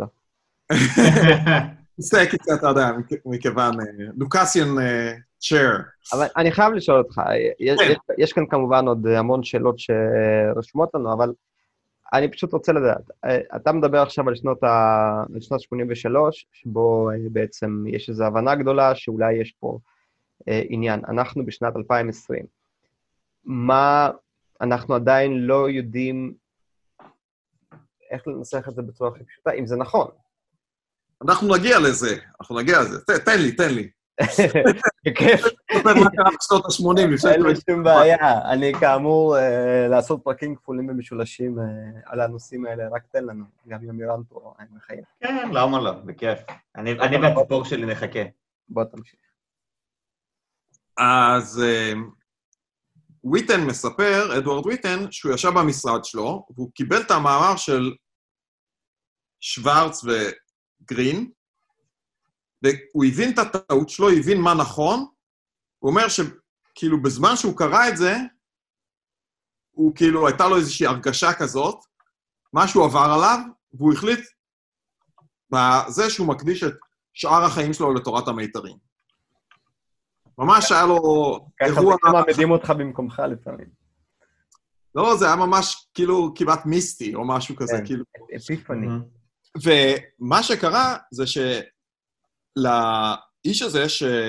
כיסא, כיסא, אתה יודע, מכיוון, לוקאסיאן צ'ר. אבל אני חייב לשאול אותך, יש, יש, יש כאן כמובן עוד המון שאלות שרשומות לנו, אבל אני פשוט רוצה לדעת, אתה מדבר עכשיו על שנות ה... על שנות שמונים ושלוש, שבו בעצם יש איזו הבנה גדולה שאולי יש פה עניין. אנחנו בשנת אלפיים ועשרים. מה אנחנו עדיין לא יודעים איך לנסח את זה בצורה הכי פשוטה, אם זה נכון. אנחנו נגיע לזה, אנחנו נגיע לזה. תן לי, תן לי. בכיף. תספר מה קרה בשנות ה-שמונים. אין לי שום בעיה. אני כאמור לעשות פרקים כפולים ומשולשים על הנושאים האלה, רק תן לנו. גם יומירן פה, אני מחייב. כן, למה לא? בכיף. אני והציפור שלי נחכה. בוא תמשיך. אז וויטן מספר, אדוארד וויטן, שהוא ישב במשרד שלו, והוא קיבל את המאמר של שוורץ וגרין, והוא הבין את הטעות שלו, הבין מה נכון, הוא אומר שכאילו בזמן שהוא קרא את זה, הוא כאילו, הייתה לו איזושהי הרגשה כזאת, משהו עבר עליו, והוא החליט בזה שהוא מקדיש את שאר החיים שלו לתורת המיתרים. ממש היה לו אירוע... ככה זה מעמידים אותך במקומך לפעמים. לא, זה היה ממש כאילו כמעט מיסטי, או משהו כזה, כאילו. אפיפני. ומה שקרה זה שלאיש הזה,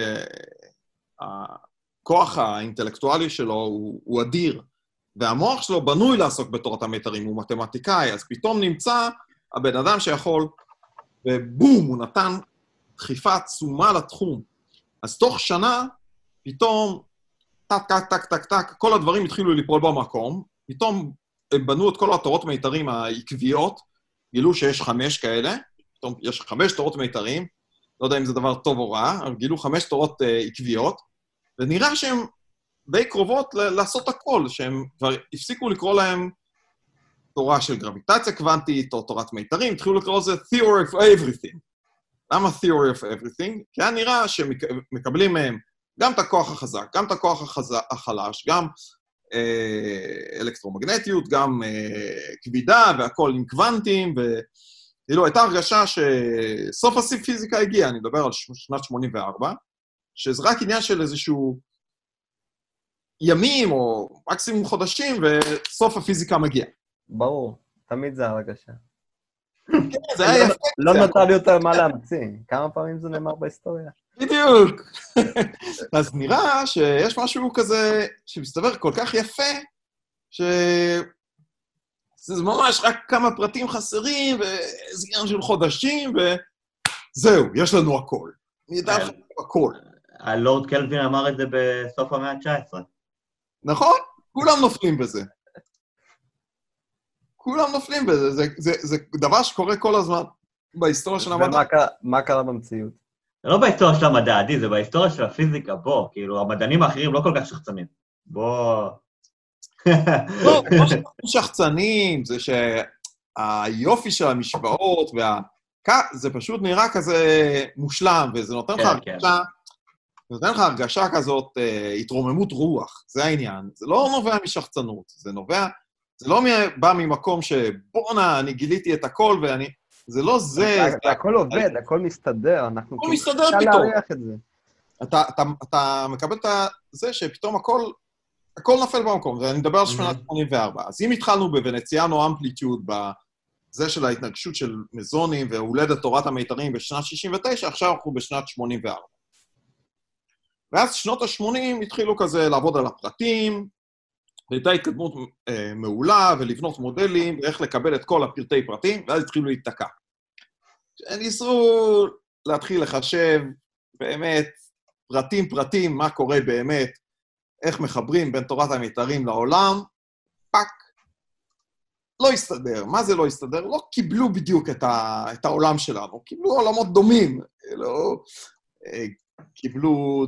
שהכוח האינטלקטואלי שלו הוא אדיר, והמוח שלו בנוי לעסוק בתורת המיתרים, הוא מתמטיקאי, אז פתאום נמצא הבן אדם שיכול, ובום, הוא נתן דחיפה עצומה לתחום. אז תוך שנה, פתאום, טק, טק, טק, טק, טק, כל הדברים התחילו ליפול במקום, פתאום הם בנו את כל התורות מיתרים העקביות, גילו שיש חמש כאלה, פתאום יש חמש תורות מיתרים, לא יודע אם זה דבר טוב או רע, אבל גילו חמש תורות uh, עקביות, ונראה שהן די קרובות ל- לעשות הכל, שהם כבר הפסיקו לקרוא להם תורה של גרביטציה קוונטית, או תורת מיתרים, התחילו לקרוא לזה theory of everything. למה theory of everything? כי היה נראה שמקבלים מהם גם את הכוח החזק, גם את הכוח החזק, החלש, גם אה, אלקטרומגנטיות, גם אה, כבידה, והכל עם קוונטים, וכאילו הייתה הרגשה שסוף הפיזיקה הגיע, אני מדבר על שנת שמונים וארבע, שזה רק עניין של איזשהו ימים או מקסימום חודשים, וסוף הפיזיקה מגיע. ברור, תמיד זה הרגשה. כן, זה היה יפה. לא נותר לי יותר מה להמציא. כמה פעמים זה נאמר בהיסטוריה? בדיוק. אז נראה שיש משהו כזה שמסתבר כל כך יפה, שזה ממש רק כמה פרטים חסרים, ואיזה עניין של חודשים, וזהו, יש לנו הכל. נדע הכל. הלורד קלווין אמר את זה בסוף המאה ה-תשע עשרה. נכון, כולם נופלים בזה. כולם נופלים בזה, זה, זה, זה דבר שקורה כל הזמן בהיסטוריה של המדע. ומה קרה במציאות? זה לא בהיסטוריה של המדע, עדי, זה בהיסטוריה של הפיזיקה, בוא, כאילו, המדענים האחרים לא כל כך שחצנים. בוא... לא, לא שחצנים, זה שהיופי של המשוואות, וה... זה פשוט נראה כזה מושלם, וזה נותן לך הרגשה, זה נותן לך הרגשה כזאת, התרוממות רוח, זה העניין. זה לא נובע משחצנות, זה נובע... זה לא בא ממקום שבונה, אני גיליתי את הכל, ואני... זה לא זה... הכל עובד, הכל מסתדר, אנחנו... הכל מסתדר פתאום. אתה מקבל את זה שפתאום הכל... הכל נפל במקום, ואני מדבר על שנת שמונים וארבע. אז אם התחלנו בוונציאנו אמפליטיוד, בזה של ההתנגשות של מזונים והולדת תורת המיתרים בשנת שישים ותשע, עכשיו אנחנו בשנת שמונים וארבע. ואז שנות ה-שמונים התחילו כזה לעבוד על הפרטים, והייתה התקדמות אה, מעולה, ולבנות מודלים, ואיך לקבל את כל הפרטי פרטים, ואז התחילו להתקע. ניסו להתחיל לחשב באמת פרטים פרטים, מה קורה באמת, איך מחברים בין תורת המיתרים לעולם, פאק, לא הסתדר. מה זה לא הסתדר? לא קיבלו בדיוק את, ה, את העולם שלנו, קיבלו עולמות דומים, לא, אה, קיבלו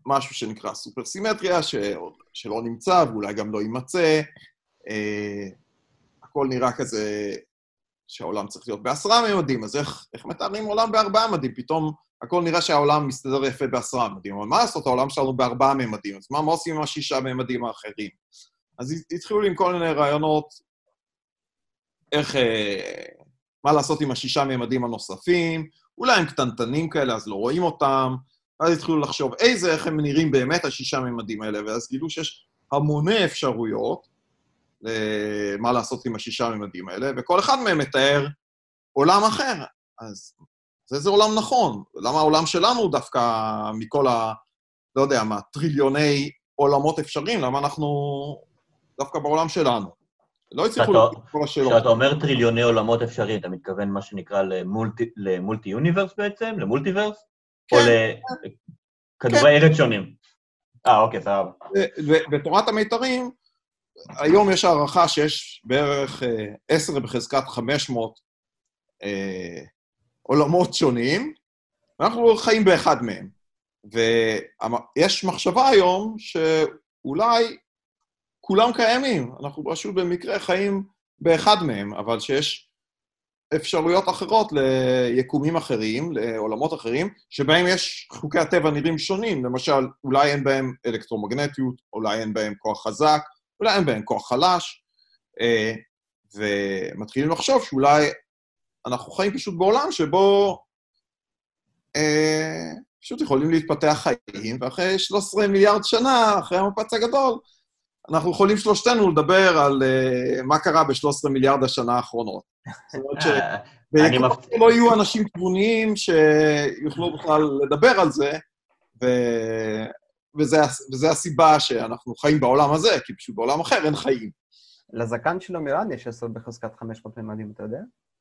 משהו שנקרא סופרסימטריה, ש... שלא נמצא ואולי גם לא יימצא. אה, הכל נראה כזה שהעולם צריך להיות בעשרה ממדים, אז איך, איך מתארים עולם בארבעה ממדים? פתאום הכל נראה שהעולם מסתדר יפה בעשרה ממדים, אבל מה לעשות, העולם שלנו בארבעה ממדים, אז מה, מה עושים עם השישה ממדים האחרים? אז התחילו לי עם כל מיני רעיונות, איך, אה, מה לעשות עם השישה ממדים הנוספים, אולי הם קטנטנים כאלה, אז לא רואים אותם, ואז התחילו לחשוב איזה, איך הם נראים באמת השישה ממדים האלה, ואז גילו שיש המוני אפשרויות, מה לעשות עם השישה ממדים האלה, וכל אחד מהם מתאר עולם אחר. אז זה, זה עולם נכון. למה העולם שלנו דווקא מכל ה... לא יודע מה, טריליוני עולמות אפשריים, למה אנחנו דווקא בעולם שלנו? לא הצליחו להגיד כל השאלות. כשאתה אומר טריליוני עולמות אפשריים, אתה מתכוון מה שנקרא למולטי-יוניברס בעצם? למולטיברס? או לכדורי ארץ שונים? אה, אוקיי, סבבה. בתורת המיתרים, היום יש הערכה שיש בערך עשר בחזקת חמש מאות אה, עולמות שונים, ואנחנו חיים באחד מהם. ויש מחשבה היום שאולי כולם קיימים, אנחנו פשוט במקרה חיים באחד מהם, אבל שיש אפשרויות אחרות ליקומים אחרים, לעולמות אחרים, שבהם יש חוקי הטבע נראים שונים, למשל, אולי אין בהם אלקטרומגנטיות, אולי אין בהם כוח חזק, אולי אין בהם כוח חלש, ומתחילים לחשוב שאולי אנחנו חיים פשוט בעולם שבו פשוט יכולים להתפתח חיים, ואחרי שלושה עשר מיליארד שנה, אחרי המפץ הגדול, אנחנו יכולים שלושתנו לדבר על מה קרה ב-שלושה עשר מיליארד השנה האחרונות. זאת אומרת שבעיקר לא יהיו אנשים תבוניים שיוכלו בכלל לדבר על זה, וזה הסיבה שאנחנו חיים בעולם הזה, כי פשוט בעולם אחר אין חיים. לזקן של אמירן יש עשר בחזקת חמש מאות ממדים, אתה יודע?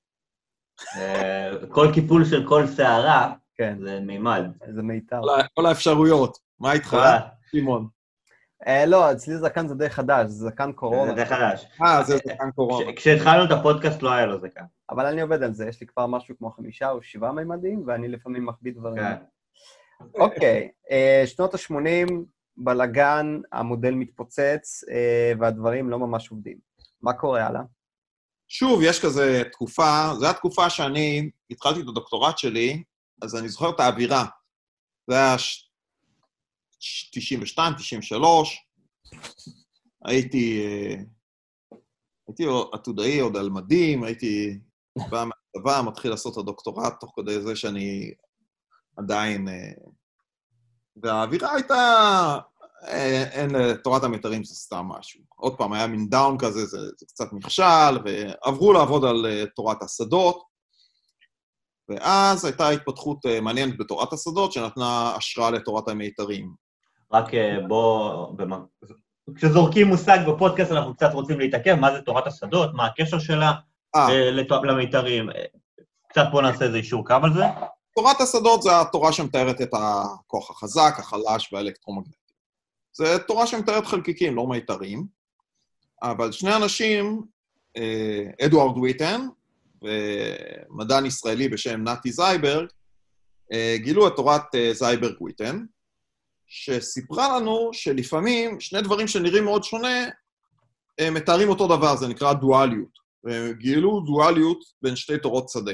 כל קיפול של כל שערה, זה מימד. זה מיתר. כל האפשרויות. מה איתך, שמעון? לא, אצלי זקן זה די חדש, זה זקן קורונה. זה די חדש. אה, זה זקן קורונה. כשהתחלנו את הפודקאסט לא היה לו זקן. אבל אני עובד על זה, יש לי כבר משהו כמו חמישה או שבעה מימדים, ואני לפעמים מחביא דברים. אוקיי, שנות ה-שמונים, בלגן, המודל מתפוצץ, והדברים לא ממש עובדים. מה קורה הלאה? שוב, יש כזה תקופה, זו התקופה שאני התחלתי את הדוקטורט שלי, אז אני זוכר את האווירה. זה היה תשעים ושתיים, תשעים ושלוש, הייתי, הייתי עתודאי עוד על מדים, הייתי בא מהצבא, מתחיל לעשות את הדוקטורט, תוך כדי זה שאני עדיין... והאווירה הייתה, אין, תורת המיתרים זה סתם משהו. עוד פעם, היה מין דאון כזה, זה, זה קצת נכשל, ועברו לעבוד על תורת השדות, ואז הייתה התפתחות מעניינת בתורת השדות, שנתנה השראה לתורת המיתרים. רק בוא, כשזורקים מושג בפודקאסט, אנחנו קצת רוצים להתעכב, מה זה תורת השדות, מה הקשר שלה למיתרים. קצת בוא נעשה איזה אישור קו על זה. תורת השדות זה התורה שמתארת את הכוח החזק, החלש והאלקטרומגנטי. זה תורה שמתארת חלקיקים, לא מיתרים, אבל שני אנשים, אדוארד וויטן ומדען ישראלי בשם נתי זייברג, גילו את תורת זייברג-וויטן, שסיפרה לנו שלפעמים שני דברים שנראים מאוד שונה, מתארים אותו דבר, זה נקרא דואליות. וגילו דואליות בין שתי תורות שדה.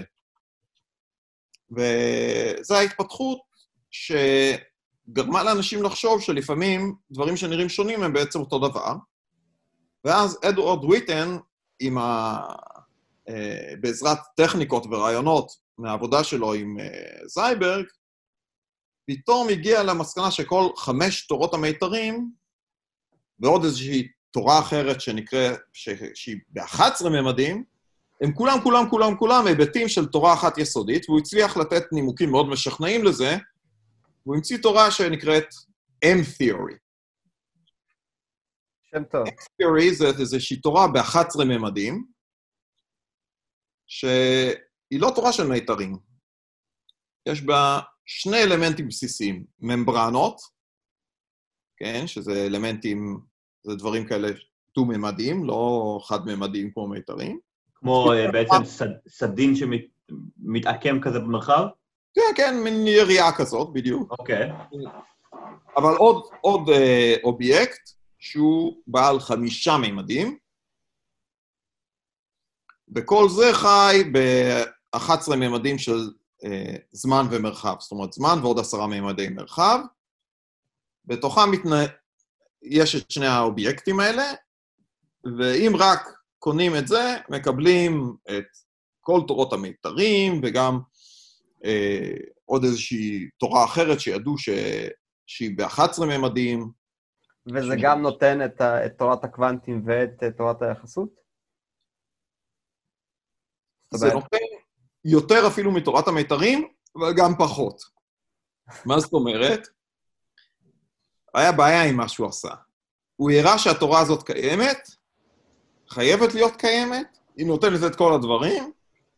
וזו ההתפתחות שגרמה לאנשים לחשוב שלפעמים דברים שנראים שונים הם בעצם אותו דבר. ואז אדוארד וויטן, עם ה... בעזרת טכניקות ורעיונות מהעבודה שלו עם זייברג, פתאום הגיע למסקנה שכל חמש תורות המיתרים, ועוד איזושהי תורה אחרת שנקרא, שהיא ב-אחד עשר ממדים, הם כולם, כולם, כולם, כולם היבטים של תורה אחת יסודית, והוא הצליח לתת נימוקים מאוד משכנעים לזה, והוא המציא תורה שנקראת M-Theory. שם טוב. M-Theory זה איזושהי תורה ב-אחד עשר ממדים, שהיא לא תורה של מיתרים. יש בה שני אלמנטים בסיסיים, ממברנות, כן, שזה אלמנטים, זה דברים כאלה דו-ממדיים, לא חד-ממדיים כמו מיתרים. כמו בעצם סדין שמתעקם כזה במרחב? כן, כן, מין יריעה כזאת, בדיוק. אוקיי. אבל עוד, עוד אה, אובייקט שהוא בעל חמישה מימדים, וכל זה חי ב-אחד עשר מימדים של אה, זמן ומרחב, זאת אומרת זמן ועוד עשרה מימדי מרחב, בתוכם מתנה... יש את שני האובייקטים האלה, ואם רק קונים את זה, מקבלים את כל תורות המיתרים, וגם אה, עוד איזושהי תורה אחרת שידעו ש... שהיא ב-אחד עשר מימדים. וזה ש... גם נותן את, ה... את תורת הקוונטים ואת תורת היחסות? זה נותן יותר אפילו מתורת המיתרים, אבל גם פחות. מה זאת אומרת? היה בעיה עם מה שהוא עשה. הוא הראה שהתורה הזאת קיימת, חייבת להיות קיימת, היא נותנת את כל הדברים,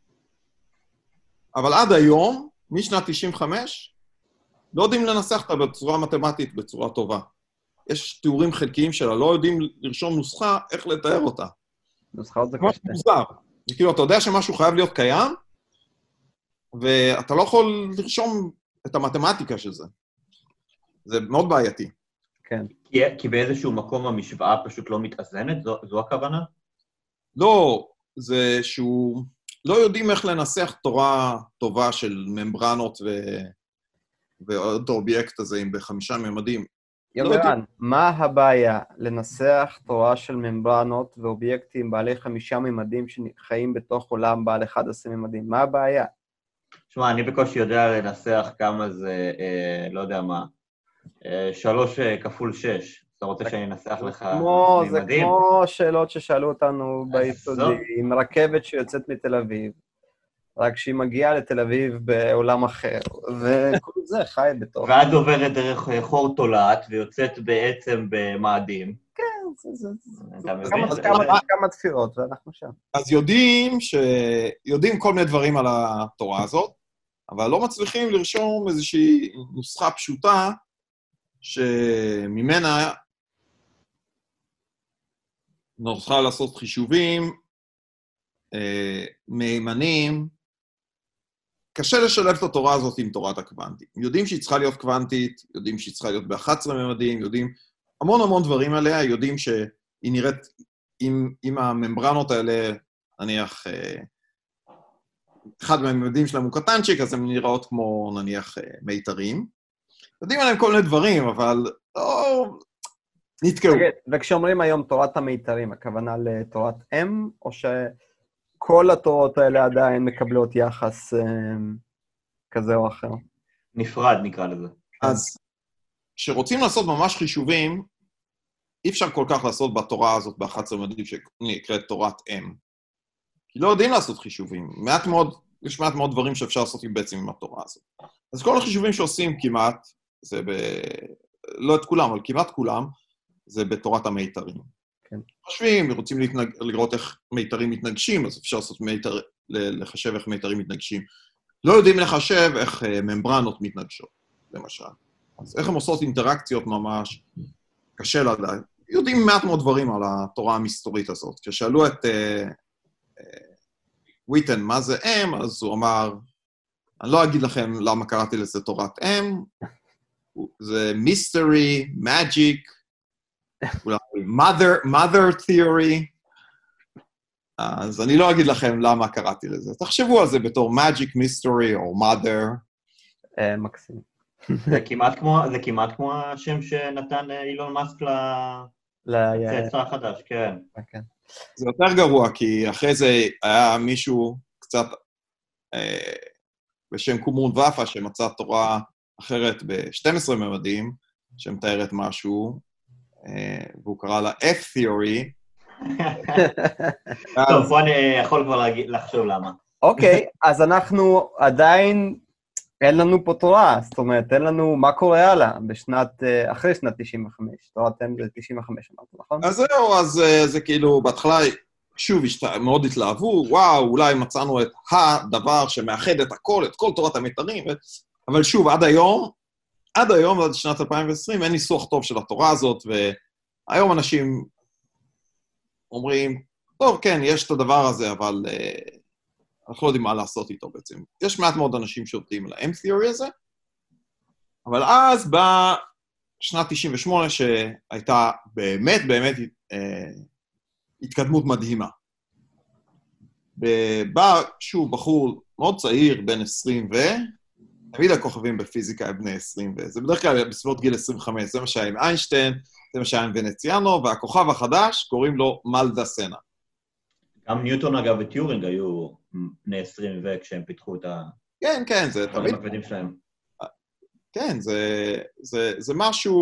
אבל עד היום, משנת תשעים וחמש, לא יודעים לנסח אותה בצורה מתמטית, בצורה טובה. יש תיאורים חלקיים שלה, לא יודעים לרשום נוסחה, איך לתאר אותה. נוסחאות זה משהו מוזר. זה כאילו, אתה יודע שמשהו חייב להיות קיים, ואתה לא יכול לרשום את המתמטיקה של זה. זה מאוד בעייתי. כן. כי, כי באיזשהו מקום המשוואה פשוט לא מתאזנת? זו, זו הכוונה? לא, זה שהוא... לא יודעים איך לנסח תורה טובה של ממברנות ו... ועוד האובייקט הזה עם בחמישה ממדים. יוברן, מה הבעיה לנסח תורה של ממברנות ואובייקטים בעלי חמישה ממדים שחיים בתוך עולם בעל אחד עשר ממדים? מה הבעיה? תשמע, אני בקושי יודע לנסח כמה זה, אה, לא יודע מה, אה, שלוש אה, כפול שש. אתה רוצה שאני אנסח לך כמו, ממדים? זה כמו שאלות ששאלו אותנו ביסודי, עם רכבת שיוצאת מתל אביב, רק שהיא מגיעה לתל אביב בעולם אחר, וכל זה חי בתוך... ואז עוברת דרך חור תולעת, ויוצאת בעצם במאדים. כן, זה... זה... אתה מבין? כמה תפירות, ואנחנו שם. אז יודעים ש... יודעים כל מיני דברים על התורה הזאת, אבל לא מצליחים לרשום איזושהי נוסחה פשוטה, שממנה נוכל לעשות חישובים, אה, מהימנים, קשה לשלב את התורה הזאת עם תורת הקוונטים. יודעים שהיא צריכה להיות קוונטית, יודעים שהיא צריכה להיות ב-אחד עשר ממדים, יודעים המון המון דברים עליה, יודעים שהיא נראית עם, עם הממברנות האלה, נניח, אה, אחד מהממדים שלהם הוא קטנצ'יק, אז הן נראות כמו נניח אה, מיתרים. יודעים עליהם כל מיני דברים, אבל לא... נתקעו. וכשאומרים היום תורת המיתרים, הכוונה לתורת אם, או שכל התורות האלה עדיין מקבלות יחס כזה או אחר? נפרד נקרא לזה. אז כשרוצים לעשות ממש חישובים, אי אפשר כל כך לעשות בתורה הזאת ב-אחד עשר ממדים שנקראת תורת אם. כי לא יודעים לעשות חישובים. מעט מאוד, יש מעט מאוד דברים שאפשר לעשות בעצם עם התורה הזאת. אז כל החישובים שעושים כמעט, זה ב... לא את כולם, אבל כמעט כולם, זה בתורת המיתרים. כן. חושבים, רוצים להתנג... לראות איך מיתרים מתנגשים, אז אפשר לעשות מיתר... לחשב איך מיתרים מתנגשים. לא יודעים לחשב איך ממברנות מתנגשות, למשל. אז איך הם עושות אינטראקציות ממש, קשה לדעת. יודעים מעט מאוד דברים על התורה המסתורית הזאת. כששאלו את uh, uh, וויטן מה זה אם, אז הוא אמר, אני לא אגיד לכם למה קראתי לזה תורת אם, זה mystery, magic, mother, mother theory, אז אני לא אגיד לכם למה קראתי לזה. תחשבו על זה בתור magic, mystery או mother. מקסים. זה כמעט כמו, זה כמעט כמו השם שנתן אילון מאסק לצאצא החדש, כן. זה יותר גרוע, כי אחרי זה היה מישהו קצת בשם קומון ואפה, שמצא תורה אחרת ב-שנים עשר ממדים, שמתארת משהו, והוא קרא לה F-Theory. טוב, פה אני יכול כבר לחשוב למה. אוקיי, אז אנחנו עדיין, אין לנו פה תורה, זאת אומרת, אין לנו מה קורה הלאה, בשנת, אחרי שנת תשעים וחמש, תורתם זה תשעים וחמש, אמרת, נכון? אז זהו, אז זה כאילו, בהתחלה, שוב, מאוד התלהבו, וואו, אולי מצאנו את הדבר שמאחד את הכל, את כל תורת המיתרים, אבל שוב, עד היום, עד היום, עד שנת אלפיים ועשרים, אין ניסוח טוב של התורה הזאת, והיום אנשים אומרים, טוב, כן, יש את הדבר הזה, אבל uh, אנחנו לא יודעים מה לעשות איתו בעצם. יש מעט מאוד אנשים שעובדים על ה-M-Theory הזה, אבל אז בא שנת תשעים ושמונה שהייתה באמת, באמת אה, התקדמות מדהימה. בא, שוב, בחור מאוד צעיר, בן עשרים ו... תמיד הכוכבים בפיזיקה הם בני עשרים ו... זה בדרך כלל בסביבות גיל עשרים וחמש, זה מה שהיה עם איינשטיין, זה מה שהיה עם ונציאנו, והכוכב החדש קוראים לו מלדה סנה. גם ניוטון, אגב, וטיורינג היו בני עשרים ו... כשהם פיתחו את ה... כן, כן, זה תמיד... הכבדים שלהם. כן, זה, זה, זה משהו...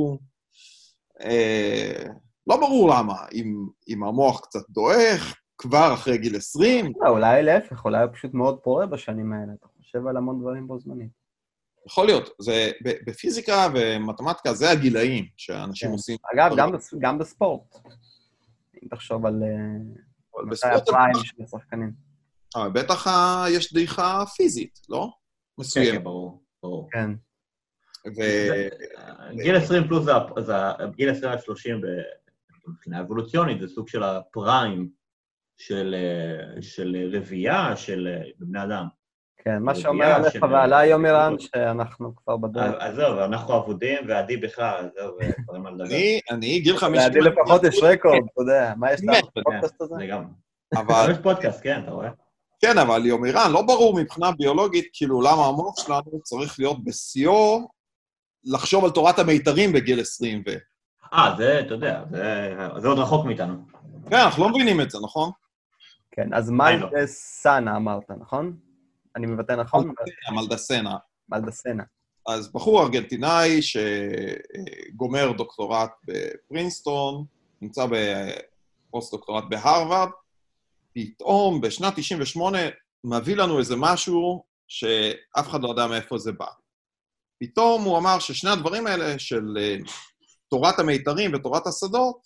אה, לא ברור למה, אם, אם המוח קצת דועך, כבר אחרי גיל עשרים... לא, אולי להפך, אולי הוא פשוט מאוד פורה בשנים האלה. אתה חושב על המון דברים בו זמנית. יכול להיות. זה, בפיזיקה ומתמטיקה זה הגילאים שאנשים כן. עושים... אגב, גם, גם בספורט. אם תחשוב על... מתי הפריים של השחקנים. אבל בטח יש דעיכה פיזית, לא? מסוים. כן, ברור, ברור. כן. ו... גיל עשרים פלוס, זה גיל עשרים עד שלושים, מבחינה אבולוציונית, זה סוג של הפריים של, של רבייה, של בני אדם. כן, מה שאומר עליך ועליי יומירן, שאנחנו כבר בדרך. אז זהו, ואנחנו עבודים, ועדי בכלל, זהו, ודברים על דבר. אני, גיל חמישים... לעדי לפחות יש רקורד, אתה יודע, מה יש לך בפודקאסט הזה? זה גם. אבל... יש פודקאסט, כן, אתה רואה? כן, אבל יומירן, לא ברור מבחינה ביולוגית, כאילו, למה המוח שלנו צריך להיות בשיאו, לחשוב על תורת המיתרים בגיל עשרים ו... אה, זה, אתה יודע, זה עוד רחוק מאיתנו. כן, אנחנו לא מבינים את זה, נכון? כן, אז מלדה סנה אמרת, נכון? אני מבטא נכון? מלדה סנה. מלדה סנה. אז בחור ארגנטינאי שגומר דוקטורט בפרינסטון, נמצא בפוסט-דוקטורט בהרווארד, פתאום בשנת תשעים ושמונה מביא לנו איזה משהו שאף אחד לא יודע מאיפה זה בא. פתאום הוא אמר ששני הדברים האלה של תורת המיתרים ותורת השדות,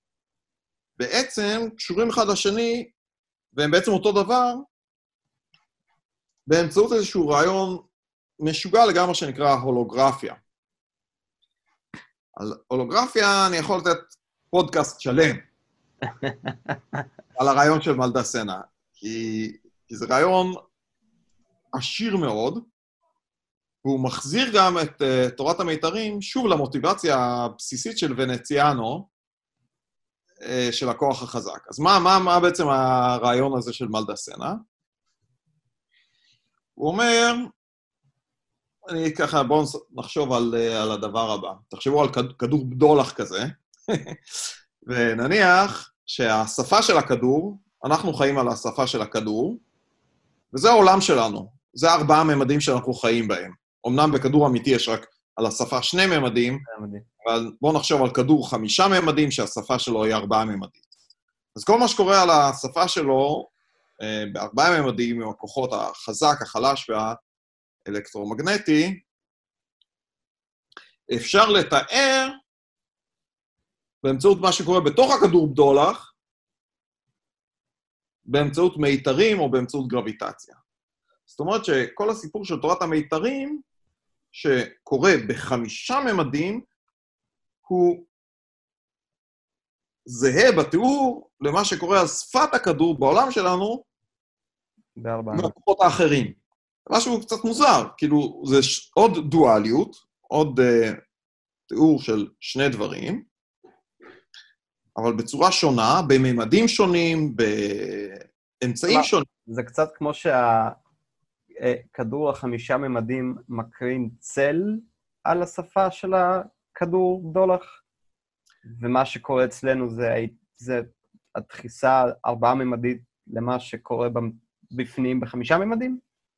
בעצם קשורים אחד לשני, והם בעצם אותו דבר, באמצעות איזשהו רעיון משוגע לגמרי שנקרא הולוגרפיה. על הולוגרפיה אני יכול לתת פודקאסט שלם על הרעיון של מלדה סנה, כי, כי זה רעיון עשיר מאוד, והוא מחזיר גם את uh, תורת המיתרים שוב למוטיבציה הבסיסית של ונציאנו, uh, של הכוח החזק. אז מה, מה, מה בעצם הרעיון הזה של מלדה סנה? הוא אומר, אני ככה, בואו נחשוב על, על הדבר הבא. תחשבו על כדור בדולח כזה, ונניח שהשפה של הכדור, אנחנו חיים על השפה של הכדור, וזה העולם שלנו. זה ארבעה ממדים שאנחנו חיים בהם. אמנם בכדור אמיתי יש רק על השפה שני ממדים, אבל בואו נחשוב על כדור חמישה ממדים, שהשפה שלו היא ארבעה ממדים. אז כל מה שקורה על השפה שלו, בארבעה ממדים, עם הכוחות החזק, החלש והאלקטרומגנטי, אפשר לתאר באמצעות מה שקורה בתוך הכדור בדולח, באמצעות מיתרים או באמצעות גרביטציה. זאת אומרת שכל הסיפור של תורת המיתרים, שקורה בחמישה ממדים, הוא זהה בתיאור למה שקורה על שפת הכדור בעולם שלנו, מהכוחות האחרים. משהו קצת מוזר, כאילו זה עוד דואליות, עוד uh, תיאור של שני דברים, אבל בצורה שונה, בממדים שונים, באמצעים שונים. זה קצת כמו שהכדור החמישה ממדים מקרין צל על השפה של הכדור דולח, ומה שקורה אצלנו זה, זה הדחיסה ארבעה ממדית למה שקורה בפנים בחמישה ממדים?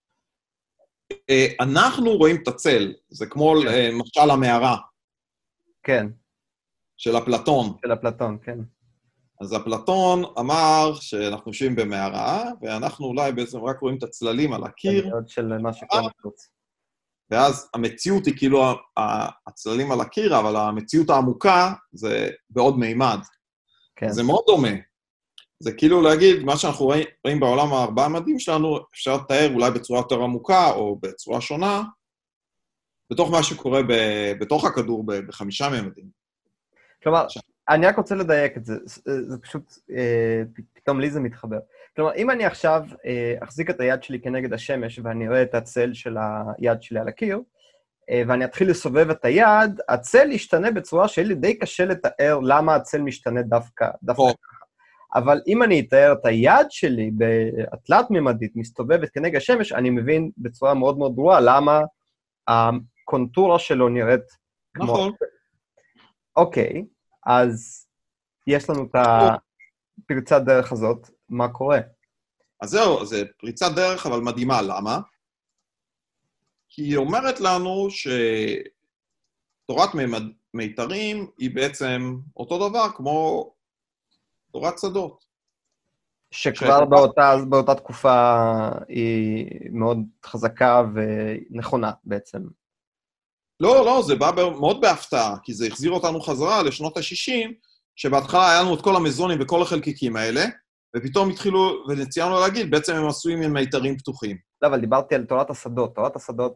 אנחנו רואים את הצל, זה כמו משל המערה. כן. של אפלטון. של אפלטון, כן. אז אפלטון אמר שאנחנו יושבים במערה, ואנחנו אולי בעצם רק רואים את הצללים על הקיר. עוד של מה שקורה בחוץ. ואז המציאות היא כאילו הצללים על הקיר, אבל המציאות העמוקה זה בעוד מימד. כן. זה מאוד דומה. זה כאילו להגיד, מה שאנחנו רואים, רואים בעולם הארבעה מדים שלנו, אפשר לתאר אולי בצורה יותר עמוקה, או בצורה שונה, בתוך מה שקורה ב, בתוך הכדור ב, בחמישה ממדים. כלומר, ש... אני רק רוצה לדייק את זה, זה פשוט, אה, פתאום לי זה מתחבר. כלומר, אם אני עכשיו אה, אחזיק את היד שלי כנגד השמש, ואני רואה את הצל של היד שלי על הקיר, ואני אתחיל לסובב את היד, הצל ישתנה בצורה שלי די קשה לתאר למה הצל משתנה דווקא, דווקא ככה. אבל אם אני אתאר את היד שלי בתלת-ממדית מסתובבת כנגד השמש, אני מבין בצורה מאוד מאוד ברורה למה הקונטורה שלו נראית כמו... נכון. אוקיי, אז יש לנו את הפריצת דרך הזאת, מה קורה? אז זהו, זה פריצת דרך, אבל מדהימה, למה? כי היא אומרת לנו שתורת מיתרים היא בעצם אותו דבר כמו תורת שדות. שכבר ש... באותה, באותה תקופה היא מאוד חזקה ונכונה בעצם. לא, לא, זה בא מאוד בהפתעה, כי זה החזיר אותנו חזרה לשנות ה-שישים, שבהתחלה היה לנו את כל המזונים וכל החלקיקים האלה, ופתאום התחילו ונציינו להגיד, בעצם הם עשויים עם מיתרים פתוחים. לא, אבל דיברתי על תורת השדות. תורת השדות,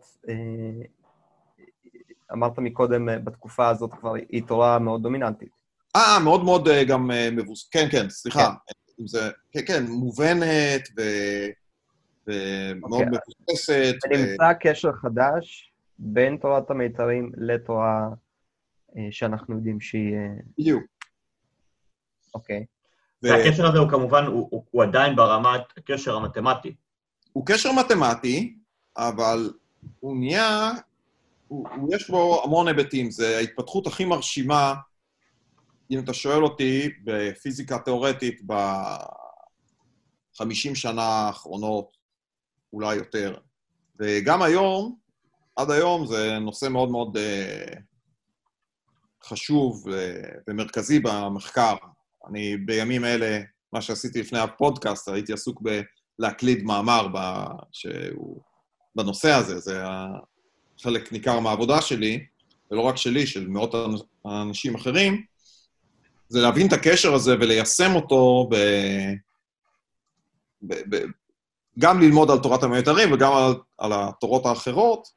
אמרת מקודם, בתקופה הזאת כבר היא תורה מאוד דומיננטית. אה, מאוד מאוד גם מבוס... כן, כן, סליחה. כן, זה, כן, כן, מובנת ו... ומאוד okay. מבוססת. ונמצא ו... קשר חדש בין תורת המיתרים לתורה שאנחנו יודעים שהיא... בדיוק. אוקיי. Okay. והקשר הזה הוא כמובן, הוא, הוא, הוא עדיין ברמת הקשר המתמטי. הוא קשר מתמטי, אבל הוא נהיה, הוא, הוא יש בו המון היבטים. זה ההתפתחות הכי מרשימה, אם אתה שואל אותי, בפיזיקה תיאורטית ב-חמישים שנה האחרונות, אולי יותר. וגם היום, עד היום זה נושא מאוד מאוד uh, חשוב uh, ומרכזי במחקר. אני בימים אלה, מה שעשיתי לפני הפודקאסט, הייתי עסוק בלהקליד מאמר שהוא בנושא הזה, זה חלק ניכר מהעבודה שלי, ולא רק שלי, של מאות אנשים אחרים, זה להבין את הקשר הזה וליישם אותו, ב... ב... ב... גם ללמוד על תורת המיתרים וגם על, על התורות האחרות.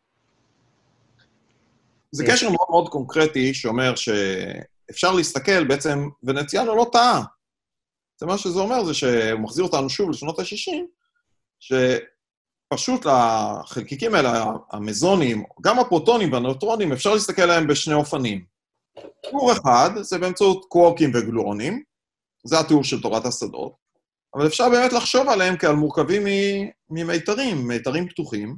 זה קשר מאוד מאוד קונקרטי שאומר ש... אפשר להסתכל בעצם, ונציאנו לא טעה. זה מה שזה אומר, זה שהוא מחזיר אותנו שוב לשנות ה-שישים, שפשוט לחלקיקים האלה, המזונים, גם הפרוטונים והנויטרונים, אפשר להסתכל עליהם בשני אופנים. תיאור אחד, זה באמצעות קוורקים וגלואונים, זה התיאור של תורת השדות, אבל אפשר באמת לחשוב עליהם כעל מורכבים ממיתרים, מיתרים פתוחים,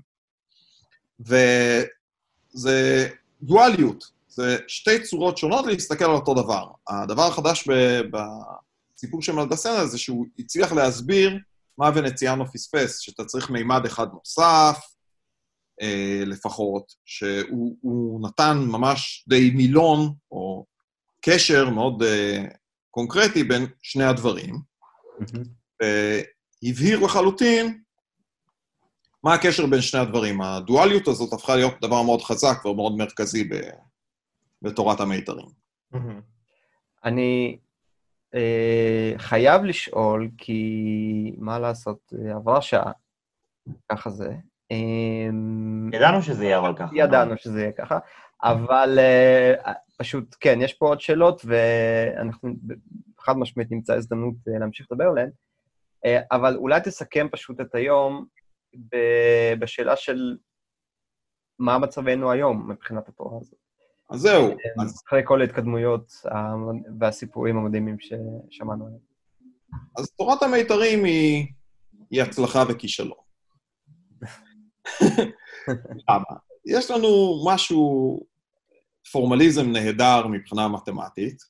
וזה דואליות. זה שתי צורות שונות להסתכל על אותו דבר. הדבר החדש בסיפור של מלדסן זה שהוא הצליח להסביר מה ונציאנו פספס, שאתה צריך מימד אחד נוסף, אה, לפחות, שהוא נתן ממש די מילון, או קשר מאוד אה, קונקרטי בין שני הדברים, והבהיר לחלוטין מה הקשר בין שני הדברים. הדואליות הזאת הפכה להיות דבר מאוד חזק ומאוד מרכזי ב... בתורת המיתרים. אני אה, חייב לשאול, כי מה לעשות, עברה שעה, ככה זה. ידענו שזה יהיה אבל ככה. ידענו שזה יהיה ככה, אבל אה, פשוט, כן, יש פה עוד שאלות, ואנחנו חד משמעית נמצא הזדמנות אה, להמשיך לדבר עליהן, אה, אבל אולי תסכם פשוט את היום ב- בשאלה של מה מצבנו היום מבחינת התורה הזאת. אז זהו. אחרי כל ההתקדמויות והסיפורים המדהימים ששמענו עליהם. אז תורת המיתרים היא, היא הצלחה וכישלון. למה? יש לנו משהו, פורמליזם נהדר מבחינה מתמטית,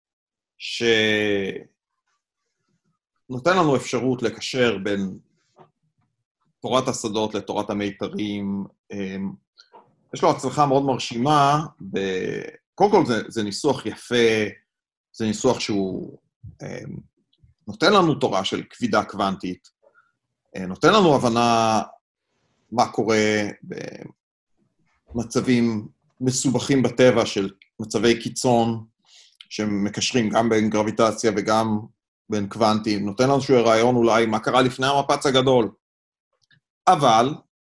שנותן לנו אפשרות לקשר בין תורת השדות לתורת המיתרים, יש לו הצלחה מאוד מרשימה, ב... קודם כל זה, זה ניסוח יפה, זה ניסוח שהוא אה, נותן לנו תורה של כבידה קוונטית, אה, נותן לנו הבנה מה קורה במצבים מסובכים בטבע של מצבי קיצון, שמקשרים גם בין גרביטציה וגם בין קוונטים, נותן לנו שהוא רעיון אולי מה קרה לפני המפץ הגדול. אבל,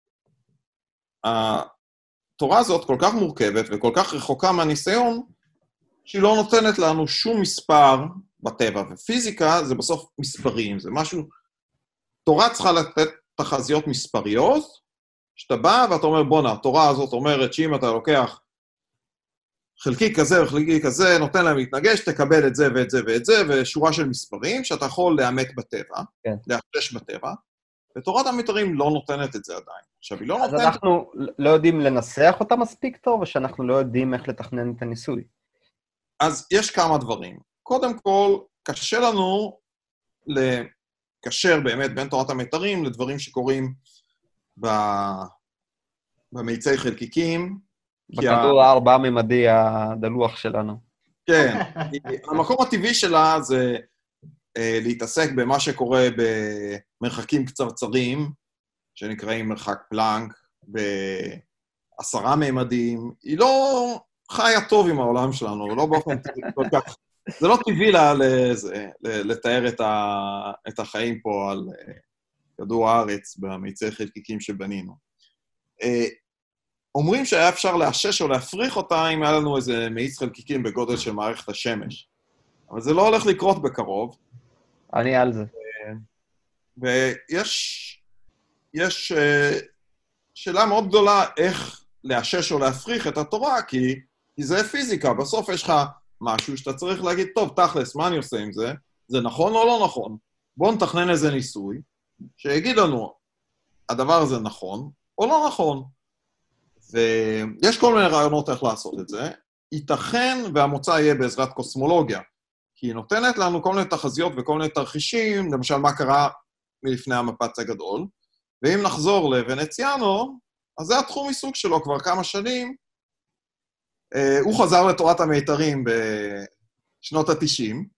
התורה הזאת כל כך מורכבת וכל כך רחוקה מהניסיון, שהיא לא נותנת לנו שום מספר בטבע, ופיזיקה זה בסוף מספרים, זה משהו, תורה צריכה לתת תחזיות מספריות, שאתה בא ואתה אומר, בונה, התורה הזאת אומרת שאם אתה לוקח חלקי כזה וחלקי כזה, נותן להם להתנגש, תקבל את זה ואת זה ואת זה, ושורה של מספרים שאתה יכול לאמת בטבע, כן. להחשש בטבע, ותורת המיתרים לא נותנת את זה עדיין. עכשיו, היא לא אז נותנת... אנחנו לא יודעים לנסח אותה מספיק טוב, או שאנחנו לא יודעים איך לתכנן את הניסוי? אז יש כמה דברים. קודם כל, קשה לנו לקשר באמת בין תורת המיתרים לדברים שקורים ב... במיצי חלקיקים. בכדור הארבע-ממדי הדלוח שלנו. כן. המקום הטבעי שלה זה אה, להתעסק במה שקורה במרחקים קצרצרים, שנקראים מרחק פלנק, בעשרה ממדים. היא לא חיה טוב עם העולם שלנו, לא באופן כל כך... זה לא טבעי לה לזה, לתאר את, ה, את החיים פה על כדור הארץ במיצי חלקיקים שבנינו. אומרים שהיה אפשר לאשש או להפריך אותה אם היה לנו איזה מאיץ חלקיקים בגודל של מערכת השמש. אבל זה לא הולך לקרות בקרוב. אני על זה. ויש יש, שאלה מאוד גדולה איך לאשש או להפריך את התורה, כי, כי זה פיזיקה. בסוף יש לך משהו שאתה צריך להגיד, טוב, תכלס, מה אני עושה עם זה? זה נכון או לא נכון? בואו נתכנן איזה ניסוי, שיגיד לנו, הדבר הזה נכון או לא נכון. ויש כל מיני רעיונות איך לעשות את זה. ייתכן והמוצא יהיה בעזרת קוסמולוגיה, כי היא נותנת לנו כל מיני תחזיות וכל מיני תרחישים, למשל מה קרה מלפני המפץ הגדול, ואם נחזור לוונציאנו, אז זה התחום עיסוק שלו כבר כמה שנים, הוא חזר לתורת המיתרים בשנות ה-תשעים,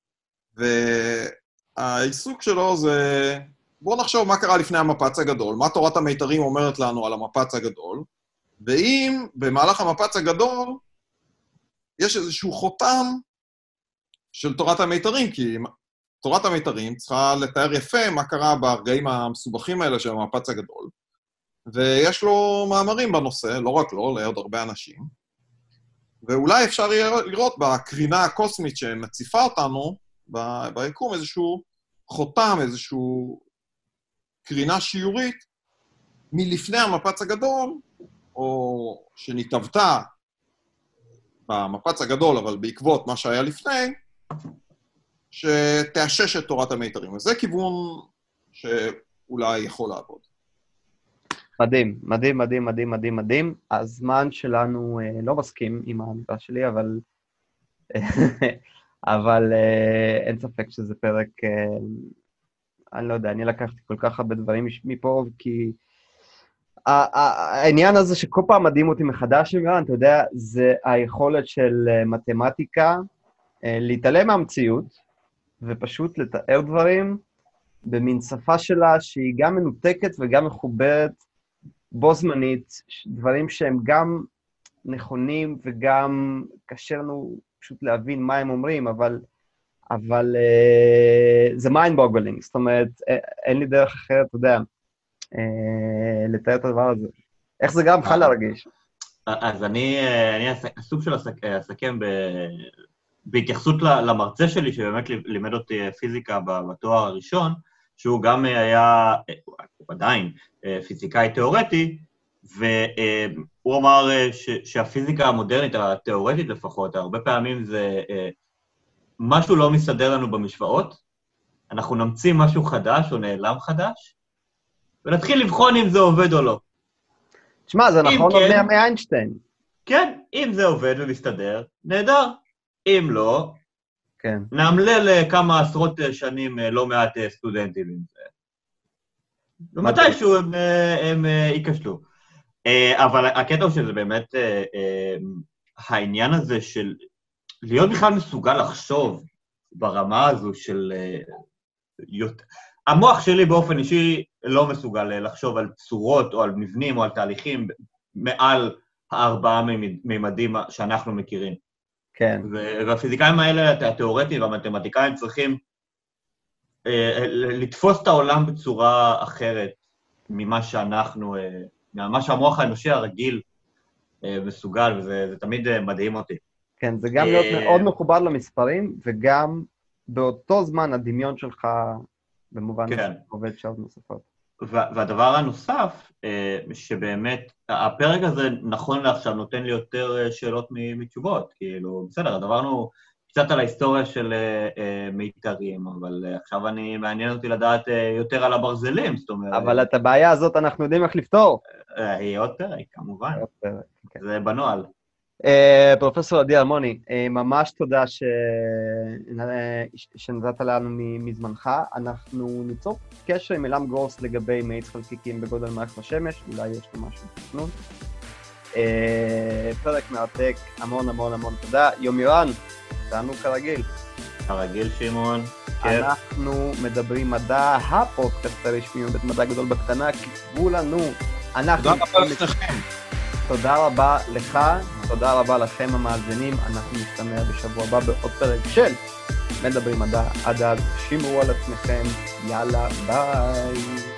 והעיסוק שלו זה, בואו נחשוב מה קרה לפני המפץ הגדול, מה תורת המיתרים אומרת לנו על המפץ הגדול, ואם במהלך המפץ הגדול יש איזשהו חותם של תורת המיתרים, כי תורת המיתרים צריכה לתאר יפה מה קרה ברגעים המסובכים האלה של המפץ הגדול, ויש לו מאמרים בנושא, לא רק לו, לעוד הרבה אנשים, ואולי אפשר יהיה לראות בקרינה הקוסמית שמציפה אותנו, ביקום איזשהו חותם, איזשהו קרינה שיורית, מלפני המפץ הגדול, או שנתאבתה במפץ הגדול, אבל בעקבות מה שהיה לפני, שתאשש את תורת המיתרים. וזה כיוון שאולי יכול לעבוד. מדהים, מדהים, מדהים, מדהים, מדהים, מדהים. הזמן שלנו אה, לא מסכים עם האמירה שלי, אבל, אבל אה, אין ספק שזה פרק, אה, אני לא יודע, אני לקחתי כל כך הרבה דברים מפה, כי העניין הזה שכל פעם מדהים אותי מחדש, אתה יודע, זה היכולת של מתמטיקה להתעלם מהמציאות, ופשוט לתאר דברים במין שפה שלה שהיא גם מנותקת וגם מחוברת בו זמנית, דברים שהם גם נכונים וגם קשה לנו פשוט להבין מה הם אומרים, אבל, אבל זה mind boggling, זאת אומרת, אין לי דרך אחרת, אתה יודע, לתאר את הדבר הזה. איך זה גם חל להרגיש? אז אני, אני הסוג של אסכם בהתייחסות למרצה שלי, שבאמת לימד אותי פיזיקה בתואר הראשון, שהוא גם היה, הוא עדיין, פיזיקאי תיאורטי, והוא אמר שהפיזיקה המודרנית, התיאורטית לפחות, הרבה פעמים זה, משהו לא מסתדר לנו במשוואות, אנחנו נמציא משהו חדש או נעלם חדש, ונתחיל לבחון אם זה עובד או לא. תשמע, זה נכון עוד מאיינשטיין. כן, אם זה עובד ומסתדר, נהדר. אם לא, כן. נעמלה לכמה עשרות שנים לא מעט סטודנטים עם זה. ומתישהו הם, הם ייכשלו. אבל הקטע הוא שזה באמת העניין הזה של להיות בכלל מסוגל לחשוב ברמה הזו של... המוח שלי באופן אישי לא מסוגל לחשוב על צורות או על מבנים או על תהליכים מעל הארבעה מימדים שאנחנו מכירים. כן. והפיזיקאים האלה, התיאורטיים והמתמטיקאים, צריכים לתפוס את העולם בצורה אחרת ממה שאנחנו, ממה שהמוח האנושי הרגיל מסוגל, וזה תמיד מדהים אותי. כן, זה גם להיות מאוד מחובר למספרים, וגם באותו זמן הדמיון שלך... במובן כן. עובד שעות נוספות. והדבר הנוסף, שבאמת, הפרק הזה נכון לעכשיו נותן לי יותר שאלות מתשובות, כאילו, בסדר, עברנו קצת על ההיסטוריה של מיתרים, אבל עכשיו אני מעניין אותי לדעת יותר על הברזלים, זאת אומרת... אבל את הבעיה הזאת אנחנו יודעים איך לפתור. היא עוד פרק, כמובן. זה בנועל. פרופסור עדי הרמוני, ממש תודה שנתת לנו מזמנך. אנחנו ניצור קשר עם אלעם גרוס לגבי מאיץ חלקיקים בגודל מערכת השמש, אולי יש לו משהו תכנון. פרק מרתק, המון המון המון תודה. יומירן, תענו כרגיל. כרגיל שמעון. אנחנו מדברים מדע, הפודקאסט הרשמי מבית מדע גדול בקטנה, כתבו לנו. תודה רבה לכם. תודה רבה לך, תודה רבה לכם המאזינים, אנחנו נשתמע בשבוע הבא בעוד פרק של מדברים מדע. עד אז, שמרו על עצמכם, יאללה, ביי.